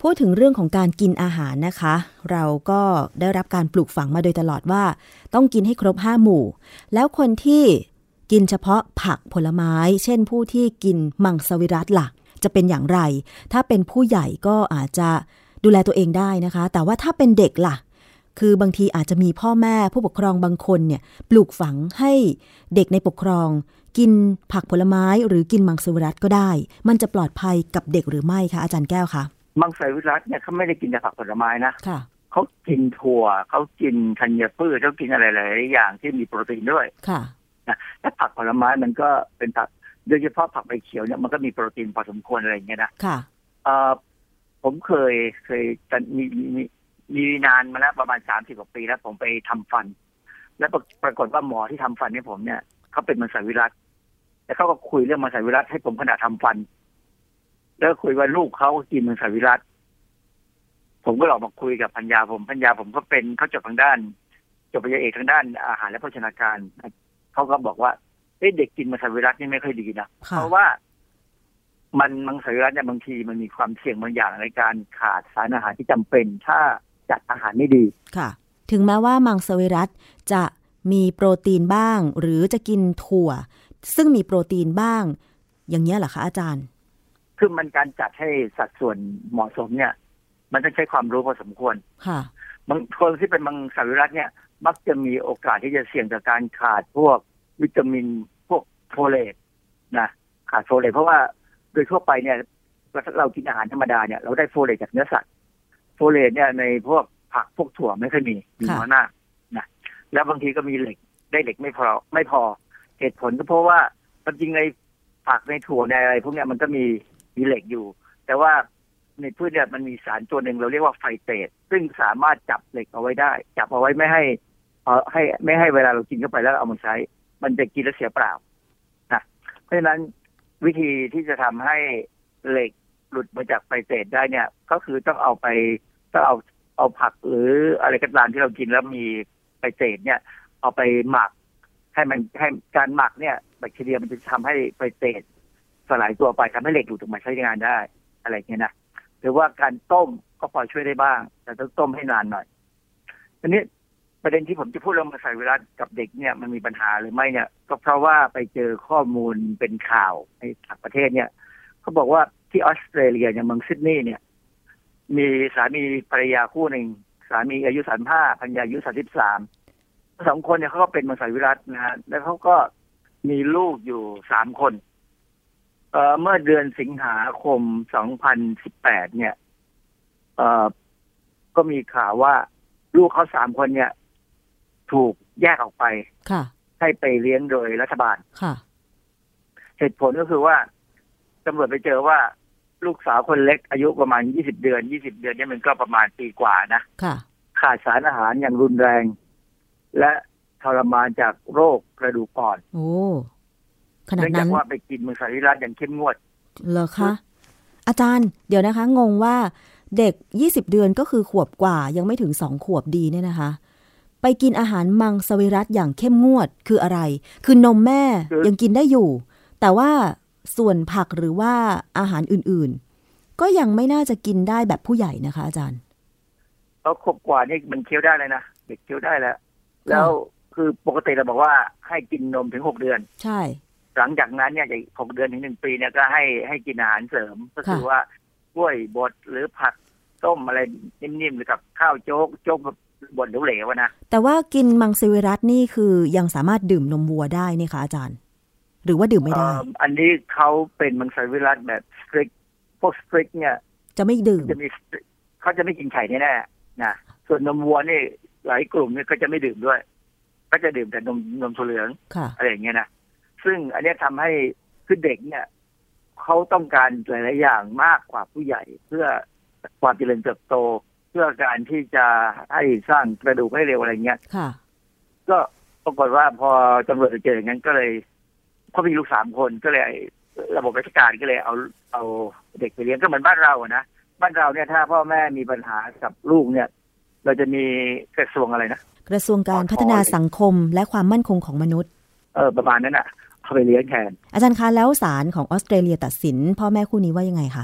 พูดถึงเรื่องของการกินอาหารนะคะเราก็ได้รับการปลูกฝังมาโดยตลอดว่าต้องกินให้ครบห้าหมู่แล้วคนที่กินเฉพาะผักผลไม้เช่นผู้ที่กินมังสวิรัติล่ะจะเป็นอย่างไรถ้าเป็นผู้ใหญ่ก็อาจจะดูแลตัวเองได้นะคะแต่ว่าถ้าเป็นเด็กล่ะคือบางทีอาจจะมีพ่อแม่ผู้ปกครองบางคนเนี่ยปลูกฝังให้เด็กในปกครองกินผักผลไม้หรือกินมังสวิรัติก็ได้มันจะปลอดภัยกับเด็กหรือไม่คะอาจารย์แก้วคะมังสวิรัติเนี่ยเขาไม่ได้กินแต่ผักผลไม้นะค่ะเขากินถั่วเขากินธัญพืชเขากินอะไรหลายอย่างที่มีโปรตีนด้วยค่ะนะและผักผลไม้มันก็เป็นผักโดยเฉพาะผักใบเขียวเนี่ยมันก็มีโปรตีนพอสมควรอะไรอย่างเงี้ยนะค่ะเอ่อผมเคยเคยมีมีมีนานมาแล้วประมาณสามสิบกว่าปีแล้วผมไปทำฟันแล้วปรากฏว่าหมอที่ทำฟันให้ผมเนี่ยเขาเป็นมังสวิรัติแล้วเขาก็คุยเรื่องมังสวิรัติให้ผมขณะทำฟันแล้วคุยว่าลูกเขากินมังสวิรัติผมก็ลองมาคุยกับพัญญาผมพัญญาผมก็เป็นเขาจบทางด้านจบปริญญาเอกทางด้านอาหารและโภชนาการเขาก็บอกว่าเด็กกินมังสวิรัตินี่ไม่ค่อยดีนะเพราะว่ามันมังสวิรัติเนี่ยบางทีมันมีความเสี่ยงบางอย่างในการขาดสารอาหารที่จำเป็นถ้าจัดอาหารไม่ดีค่ะถึงแม้ว่ามังสวิรัติจะมีโปรตีนบ้างหรือจะกินถั่วซึ่งมีโปรตีนบ้างอย่างนี้เหรอคะอาจารย์คือมันการจัดให้สัดส่วนเหมาะสมเนี่ยมันต้องใช้ความรู้พอสมควรค่ะบางคนที่เป็นมังสวิรัติเนี่ยมักจะมีโอกาสที่จะเสี่ยงจากการขาดพวกวิตามินพวกโฟเลตนะขาดโฟเลตเพราะว่าโดยทั่วไปเนี่ยเรากินอาหารธรรมดาเนี่ยเราได้โฟเลตจากเนื้อสัตว์โฟเลตเนี่ยในพวกผักพวกถั่วไม่ค่อยมีมีน้อยมากนะแล้วบางทีก็มีเหล็กได้เหล็กไม่พอไม่พอเหตุผลก็เพราะว่าจริงในผักในถั่วในอะไรพวกนี้มันก็มีมีเหล็กอยู่แต่ว่าในพืชเนี่ยมันมีสารตัวหนึ่งเราเรียกว่าไฟเตสซึ่งสามารถจับเหล็กเอาไว้ได้จับเอาไว้ไม่ให้เอ่อให้ไม่ให้เวลาเรากินเข้าไปแล้วเอามาใช้มันจะกินแล้วเสียเปล่านะเพราะฉะนั้นวิธีที่จะทำให้เหล็กหลุดมาจากไฟเตสได้เนี่ยก็คือต้องเอาไปต้องเอาเอาผักหรืออะไรก็ตามที่เรากินแล้วมีไฟเตสเนี่ยเอาไปหมักให้มันให้การหมักเนี่ยแบคทีเรียมันจะทำให้ไฟเตสสลายตัวไปทำให้เหล็กหลุดออกมาใช้งานได้อะไรเงี้ยนะหรือว่าการต้มก็พอช่วยได้บ้างแต่ต้องต้มให้นานหน่อยทีนี้ประเด็นที่ผมจะพูดเรื่องมังสวิรัติกับเด็กเนี่ยมันมีปัญหาหรือไม่เนี่ยก็เพราะว่าไปเจอข้อมูลเป็นข่าวในต่างประเทศเนี่ยเขาบอกว่าที่ออสเตรเลียอย่างเมืองซิดนีย์เนี่ยมีสามีภรรยาคู่หนึ่งสามีอายุสามสิบห้าภรรยาอายุสามสิบสามสองคนเนี่ยเขาก็เป็นมังสวิรัตินะฮะแล้วเขาก็มีลูกอยู่สามคนเอ่อเมื่อเดือนสิงหาคมสองพันสิบแปดเนี่ยเอ่อก็มีข่าวว่าลูกเขาสามคนเนี่ยถูกแยกออกไปให้ไปเลี้ยงโดยรัฐบาลเหตุผลก็คือว่าตำรวจไปเจอว่าลูกสาวคนเล็กอายุประมาณยี่สิบเดือนยี่สิบเดือนเนี่ยมันก็ประมาณปีกว่านะขาดสารอาหารอย่างรุนแรงและทรมานจากโรคกระดูกอ่อนโอ้ขนาดนั้นเนื่องจากว่าไปกินมังสวิรัติอย่างเข้มงวดเหรอคะอาจารย์เดี๋ยวนะคะงงว่าเด็กยี่สิบเดือนก็คือขวบกว่ายังไม่ถึงสองขวบดีเนี่ยนะคะไปกินอาหารมังสวิรัติอย่างเข้มงวดคืออะไรคือนมแม่ยังกินได้อยู่แต่ว่าส่วนผักหรือว่าอาหารอื่นๆก็ยังไม่น่าจะกินได้แบบผู้ใหญ่นะคะอาจารย์แล้วขวบกว่านี่มันเคี้ยวได้เลยนะเด็กเคี้ยวได้แล้วแล้วคือปกติเราบอกว่าให้กินนมถึงหกเดือนใช่หลังจากนั้นเนี่ยจากหกเดือนถึงหนึ่งปีเนี่ยก็ให้ให้กินอาหารเสริมก็คือว่ากล้วยบดหรือผักต้มอะไรนิ่มๆหรือกับข้าวโจ๊กโจ๊กบดเหลวๆนะแต่ว่ากินมังสวิรัตินี่คือยังสามารถดื่มนมวัวได้นี่คะอาจารย์หรือว่าดื่มไม่ได้อันนี้เขาเป็นมังสวิรัติแบบสตริกพวกสตริกเนี่ยจะไม่ดื่มจะมีเขาจะไม่กินไข่แน่ๆนะส่วนนมวัวนี่หลายกลุ่มเนี่ยก็จะไม่ดื่มด้วยก็จะดื่มแต่นมนมถั่วเหลืองอะไรอย่างเงี้ยนะซึ่งอันนี้ทำให้คือเด็กเนี่ยเขาต้องการหลายๆอย่างมากกว่าผู้ใหญ่เพื่อความเจริญเติบโตเพื่อการที่จะให้สร้างกระดูกให้เร็วอะไรเงี้ยก็ปรากฏว่าพอตำรวจเจออย่างนั้นก็เลยเขามีลูกสามคนก็เลยระบบราชการก็เลยเอาเอาเด็กไปเลี้ยงก็เหมือนบ้านเราอะนะบ้านเราเนี่ยถ้าพ่อแม่มีปัญหากับลูกเนี่ยเราจะมีกระทรวงอะไรนะกระทรวงการพัฒนาสังคมและความมั่นคงของมนุษย์เออประมาณนั้นอ่ะเขาไปเลี้ยงแทนอาจารย์คะแล้วศาลของออสเตรเลียตัดสินพ่อแม่คู่นี้ว่ายังไงคะ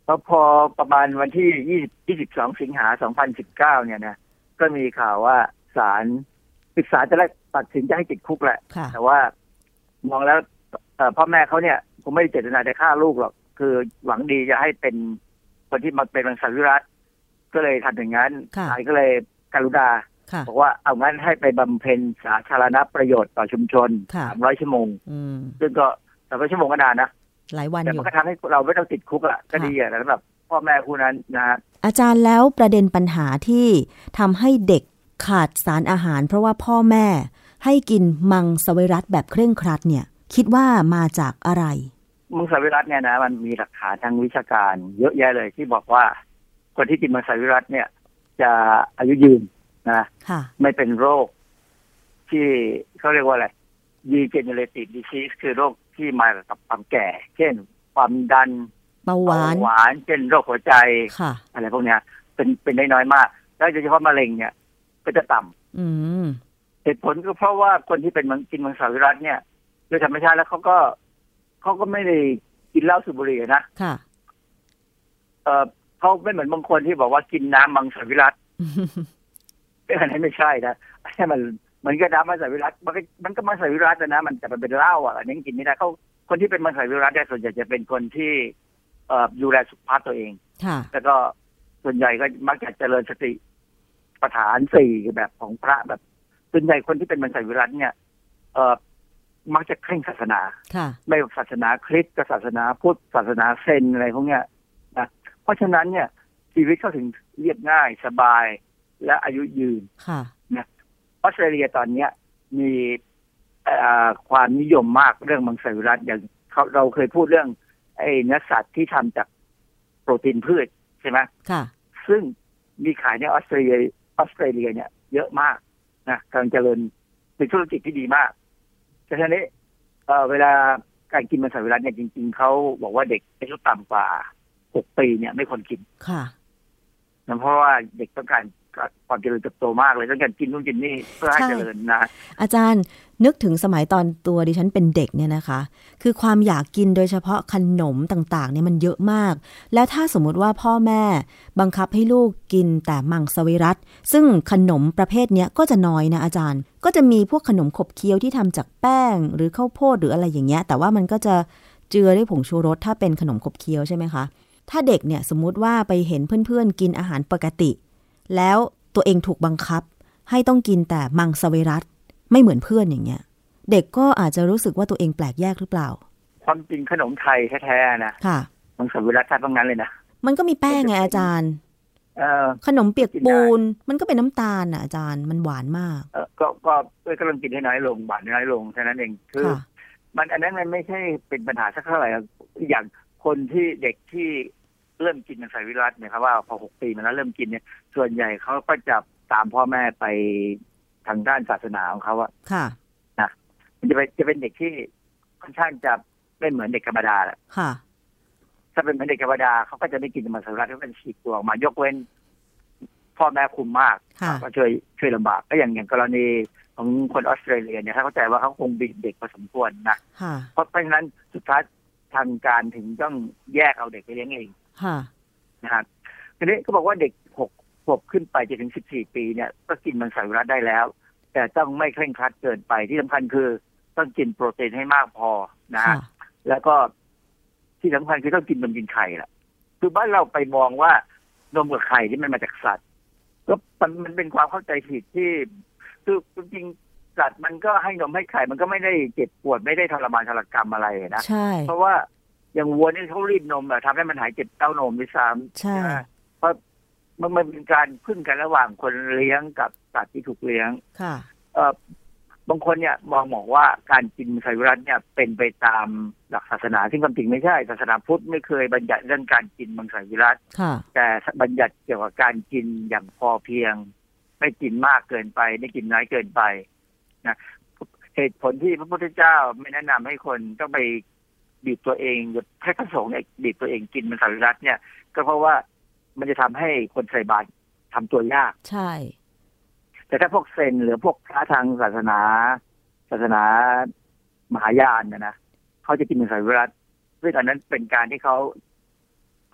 พอพอประมาณวันที่ยี่สิบสองสิงหาสองพันสิบเก้าเนี่ยนะก็มีข่าวว่าศาลศึกษาจะได้ตัดสินจะให้ติดคุกแหละแต่ว่ามองแล้วพ่อแม่เขาเนี่ยคงไม่ได้เจตนาจะฆ่าลูกหรอกคือหวังดีจะให้เป็นคนที่มาเป็นมังสวิรัติก็เลยทำอย่างนั้นศาลก็เลยกรุณาบอกว่าเอางั้นให้ไปบำเพ็ญสาธารณประโยชน์ต่อชุมชนสามร้อยชั่วโมงซึ่งก็สามร้อยชั่วโมงก็นานนะหลายวันอยู่แต่มันก็ทำให้เราไม่ต้องติดคุกอ่ะก็ดีอ่ะสำหรับพ่อแม่คู่นั้นนะฮะอาจารย์แล้วประเด็นปัญหาที่ทำให้เด็กขาดสารอาหารเพราะว่าพ่อแม่ให้กินมังสวิรัติแบบเคร่งครัดเนี่ยคิดว่ามาจากอะไรมังสวิรัติเนี่ยนะมันมีหลักฐานทางวิชาการเยอะแยะเลยที่บอกว่าคนที่กินมังสวิรัติเนี่ยจะอายุยืนนะไม่เป็นโรคที่เขาเรียกว่าอะไร degenerative disease คือโรคที่มากับความแก่เช่นความดันเบาหวานหวานเช่นโรคหัวใจอะไรพวกเนี้ยเป็นเป็นได้น้อยมากแล้วโดยเฉพาะมะเร็งเนี่ยก็จะต่ำเหตุผลก็เพราะว่าคนที่เป็นมังกินมังสวิรัติเนี่ยโดยธรรมชาติแล้วเขาก็เขาก็ไม่ได้กินเหล้าสูบบุหรี่นะค่ะเออเขาไม่เหมือนบางคนที่บอกว่ากินน้ำมังสวิรัติอันนี้ไม่ใช่นะอันนี้มันมันก็น้ำมังสวิรัติมันก็มันก็มังสวิรัตินะมันจะเป็นเหล้าอ่ะอันนี้กินไม่ได้เขาคนที่เป็นมังสวิรัติเนี่ยส่วนใหญ่จะเป็นคนที่เอ่อดูแลสุขภาพตัวเองแล้วก็ส่วนใหญ่ก็มักจะเจริญสติปัฏฐานสี่แบบของพระแบบส่วนใหญ่คนที่เป็นมังสวิรัติเนี่ยเอ่อมักจะเคร่งศาสนาไม่ศาสนาคริสต์กับศาสนาพุทธศาสนาเซนอะไรพวกเนี้ยนะเพราะฉะนั้นเนี่ยชีวิตเขาถึงเรียบง่ายสบายและอายุยืนนะออสเตรเลียตอนนี้มีความนิยมมากเรื่องมังสวิรัติอย่างเราเคยพูดเรื่องไอ้เนื้อสัตว์ที่ทำจากโปรตีนพืชใช่ไหมค่ะซึ่งมีขายในออสเตรเลียออสเตรเลียเนี่ยเยอะมากนะกำลังเจริญเป็นธุรกิจที่ดีมากแต่ทีนี้เอ่อเวลาการกินมังสวิรัติเนี่ยจริงๆเขาบอกว่าเด็กอายุต่ำกว่าหกปีเนี่ยไม่ควรกินค่ะเพราะว่าเด็กต้องการความเจริญเติบโตมากเลยต้องการกินนู่นกินนี่เพื่อให้เจริญนะอาจารย์นึกถึงสมัยตอนตัวดิฉันเป็นเด็กเนี่ยนะคะคือความอยากกินโดยเฉพาะขนมต่างๆเนี่ยมันเยอะมากแล้วถ้าสมมุติว่าพ่อแม่บังคับให้ลูกกินแต่มังสวิรัติซึ่งขนมประเภทเนี้ยก็จะน้อยนะอาจารย์ก็จะมีพวกขนมขบเคี้ยวที่ทำจากแป้งหรือข้าวโพดหรืออะไรอย่างเงี้ยแต่ว่ามันก็จะเจือด้วยผงชูรสถ้าเป็นขนมขบเคี้ยวใช่ไหมคะถ้าเด็กเนี่ยสมมุติว่าไปเห็นเพื่อนๆกินอาหารปกติแล้วตัวเองถูกบังคับให้ต้องกินแต่มังสวิรัติไม่เหมือนเพื่อนอย่างเงี้ยเด็กก็อาจจะรู้สึกว่าตัวเองแปลกแยกหรือเปล่าความจริงขนมไทยแท้ๆนะค่ะมังสวิรัติทั้งนั้นเลยนะมันก็มีแป้งไงอาจารย์เออขนมเปียกปูนมันก็เป็นน้ำตาลอ่ะอาจารย์มันหวานมากเออก็ก็ก็ลองกินให้น้อยลงหวานน้อยลงแค่นั้นเองคือมันอันนั้นมันไม่ใช่เป็นปัญหาสักเท่าไหร่อย่างคนที่เด็กที่เริ่มกินมังสวิรัติเนี่ยครับว่าพอหกปีมาแล้วเริ่มกินเนี่ยส่วนใหญ่เขาก็จะตามพ่อแม่ไปทางด้านศาสนาของเขาอะค่ะนะมันจะเป็นจะเป็นเด็กที่ค่อนข้างจะไม่เหมือนเด็กธรรมดาแหละค่ะถ้าเป็นเหมือนเด็กธรรมดาเขาก็จะไม่กินมังสวิรัติเขาเป็นฉีกตัวออกมายกเว้นพ่อแม่คุมมากก็ช่วยช่วยลำบากก็อย่างอย่างกรณีของคนออสเตรเลียเนี่ยถ้าเข้าใจว่าเขาคงบิดเด็กพอสมควรนะเพราะเพราะฉะนั้นสุดท้ายทางการถึงต้องแยกเอาเด็กไปเลี้ยงเองนะครับทีนี้ก็บอกว่าเด็กหกขวบขึ้นไปจนถึงสิบสี่ปีเนี่ยก็กินมังสวิรัติได้แล้วแต่ต้องไม่เคร่งครัดเกินไปที่สำคัญคือต้องกินโปรตีนให้มากพอนะฮะแล้วก็ที่สำคัญคือต้องกินนมกินไข่แหละคือบ้านเราไปมองว่านมกับไข่ที่มันมาจากสัตว์ก็มันมันเป็นความเข้าใจผิดที่คือจริงๆสัตว์มันก็ให้นมให้ไข่มันก็ไม่ได้เจ็บปวดไม่ได้ทรมานทรกรรมอะไรนะใช่เพราะว่าอย่างวัวนี่เขารีดนมแบบทำให้มันหายเจ็บเต้านมด้วยซ้ำใช่เพราะมันมันเป็นการพึ่งกันระหว่างคนเลี้ยงกับสัตว์ที่ถูกเลี้ยงค่ะเอ่อบางคนเนี่ยมองบอกว่าการกินมังสวิรัติเนี่ยเป็นไปตามหลักศาสนาซึ่งความจริงไม่ใช่ศาสนาพุทธไม่เคยบัญญัติเรื่องการกินมังสวิรัติแต่บัญญัติเกี่ยวกับการกินอย่างพอเพียงไม่กินมากเกินไปไม่กินน้อยเกินไปนะเหตุผลที่พระพุทธเจ้าไม่แนะนำให้คนต้องไปบีบตัวเองให้พระสงฆ์เนี่ยบีบตัวเองกินมังสวิรัติเนี่ยก็เพราะว่ามันจะทำให้คนใส่บาตรทำตัวยากใช่แต่ถ้าพวกเซนหรือพวกพระทางศาสนาศาสนามหายานนะนะเขาจะกินมังสวิรัติด้วยตอนนั้นเป็นการที่เขาเ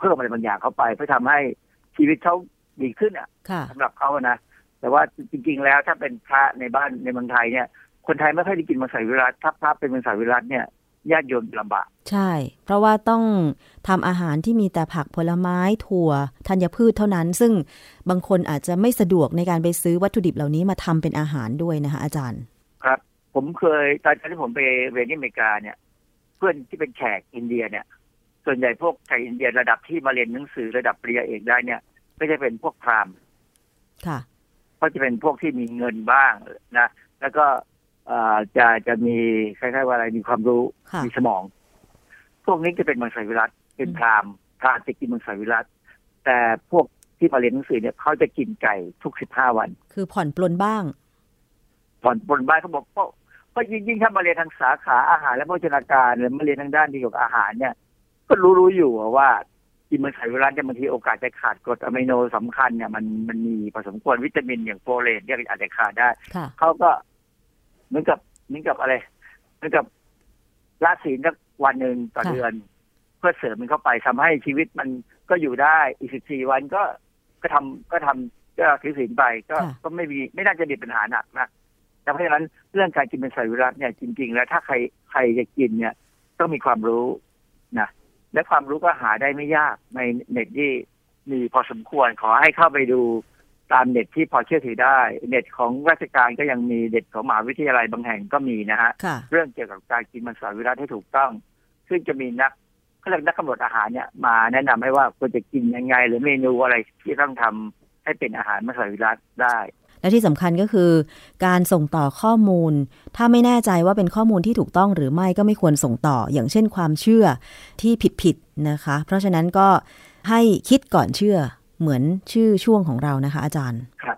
พิ่มอะไรบางอย่างเข้าไปเพื่อทำให้ชีวิตเขาดีขึ้นอ่ะสำหรับเขานะแต่ว่าจริงๆแล้วถ้าเป็นพระในบ้านในเมืองไทยเนี่ยคนไทยไม่ค่อยได้กินมังสวิรัติถ้าพระเป็นมังสวิรัติเนี่ยญาติโยมลำบากใช่เพราะว่าต้องทำอาหารที่มีแต่ผักผลไม้ถั่วธัญพืชเท่านั้นซึ่งบางคนอาจจะไม่สะดวกในการไปซื้อวัตถุดิบเหล่านี้มาทำเป็นอาหารด้วยนะคะอาจารย์ครับผมเคยตอนที่ผมไปเรียนที่อเมริกาเนี่ยเพื่อนที่เป็นแขกอินเดียเนี่ยส่วนใหญ่พวกแขกอินเดียระดับที่มาเรียนหนังสือระดับปริญญาเอกได้เนี่ยก็จะเป็นพวกพราหมณ์ค่ะก็จะเป็นพวกที่มีเงินบ้างนะแล้วก็จะจะมีคล้ายๆว่าอะไรมีความรู้มีสมองพวกนี้จะเป็นมังสวิรัติเป็นพราหมณ์พราหมณ์จะกินมังสวิรัติแต่พวกที่มาเรียนหนังสือเนี่ยเขาจะกินไก่ทุกสิบห้าวันคือผ่อนปลนบ้างผ่อนปลนบ้างเขาบอกเพราะเพราะยิ่งๆถ้ามาเรียนทางสาขาอาหารและโภชนาการหรือมาเรียนทางด้านเกี่ยวกับอาหารเนี่ยก็รู้ๆอยู่ว่ากินมังสวิรัติเนี่ยบางทีโอกาสจะขาดกรดอะมิโนสำคัญเนี่ยมันมันมีพอสมควรวิตามินอย่างโฟเลตเนี่ยอาจจะขาดได้เขาก็เหมือนกับเหมือนกับอะไรเหมือนกับละศีลสักวันหนึ่งต่อเดือนเพื่อเสริมมันเข้าไปทำให้ชีวิตมันก็อยู่ได้อีกสิบสี่วันก็ก็ทำก็ทำก็ถือศีลไปก็ก็ไม่มีไม่น่าจะมีปัญหาหนักนะแต่เพราะฉะนั้นเรื่องการกินมังสวิรัติเนี่ยจริงๆแล้วถ้าใครใครจะกินเนี่ยต้องมีความรู้นะและความรู้ก็หาได้ไม่ยากในเน็ตที่มีพอสมควรขอให้เข้าไปดูตามเน็ตที่พอเชื่อถือได้เน็ตของราชการก็ยังมีเน็ตของมหาวิทยาลัยบางแห่งก็มีนะฮะเรื่องเกี่ยวกับการกินมังสวิรัติให้ถูกต้องซึ่งจะมีนักเขาเรียกนักกำหนดอาหารเนี่ยมาแนะนำให้ว่าควรจะกินยังไงหรือเมนูอะไรที่ต้องทำให้เป็นอาหารมังสวิรัติได้และที่สำคัญก็คือการส่งต่อข้อมูลถ้าไม่แน่ใจว่าเป็นข้อมูลที่ถูกต้องหรือไม่ก็ไม่ควรส่งต่ออย่างเช่นความเชื่อที่ผิดๆนะคะเพราะฉะนั้นก็ให้คิดก่อนเชื่อเหมือนชื่อช่วงของเรานะคะอาจารย์ครับ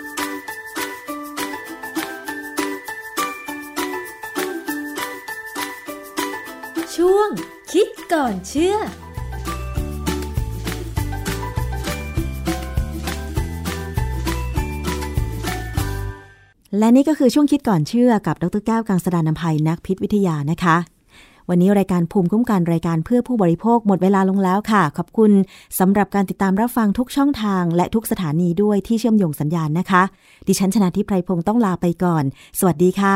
ช่วงคิดก่อนเชื่อและนี่ก็คือช่วงคิดก่อนเชื่อกับดร.แก้วกังสดาลอำไพนักพิษวิทยานะคะวันนี้รายการภูมิคุ้มกันรายการเพื่อผู้บริโภคหมดเวลาลงแล้วค่ะขอบคุณสำหรับการติดตามรับฟังทุกช่องทางและทุกสถานีด้วยที่เชื่อมโยงสัญญาณนะคะดิฉันชนาธิป ไพรพงศ์ต้องลาไปก่อนสวัสดีค่ะ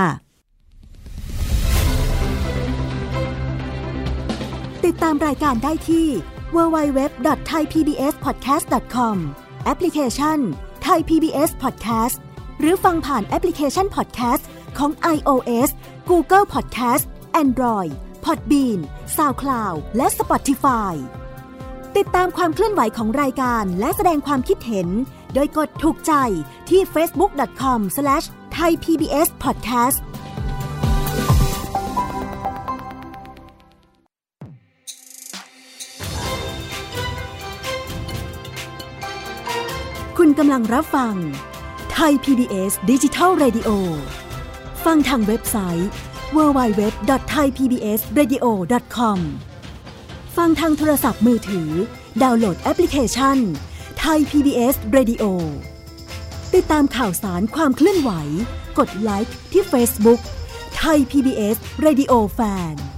ติดตามรายการได้ที่ ดับเบิลยู ดับเบิลยู ดับเบิลยู ดอท ไทย พี บี เอส พอดแคสต์ ดอท คอม แอปพลิเคชัน Thai พี บี เอส Podcast หรือฟังผ่านแอปพลิเคชัน Podcast ของ iOS Google Podcast Android Podbean SoundCloud และ Spotify ติดตามความเคลื่อนไหวของรายการและแสดงความคิดเห็นโดยกดถูกใจที่ เฟซบุ๊ก ดอท คอม สแลช ไทย พี บี เอส พอดแคสต์ คุณกำลังรับฟังไทย พี บี เอส Digital Radio ฟังทางเว็บไซต์ ดับเบิลยู ดับเบิลยู ดับเบิลยู ดอท ไทย พี บี เอส เรดิโอ ดอท คอม ฟังทางโทรศัพท์มือถือดาวน์โหลดแอปพลิเคชัน Thai พี บี เอส Radio ติดตามข่าวสารความเคลื่อนไหวกดไลค์ที่ Facebook Thai พี บี เอส Radio Fan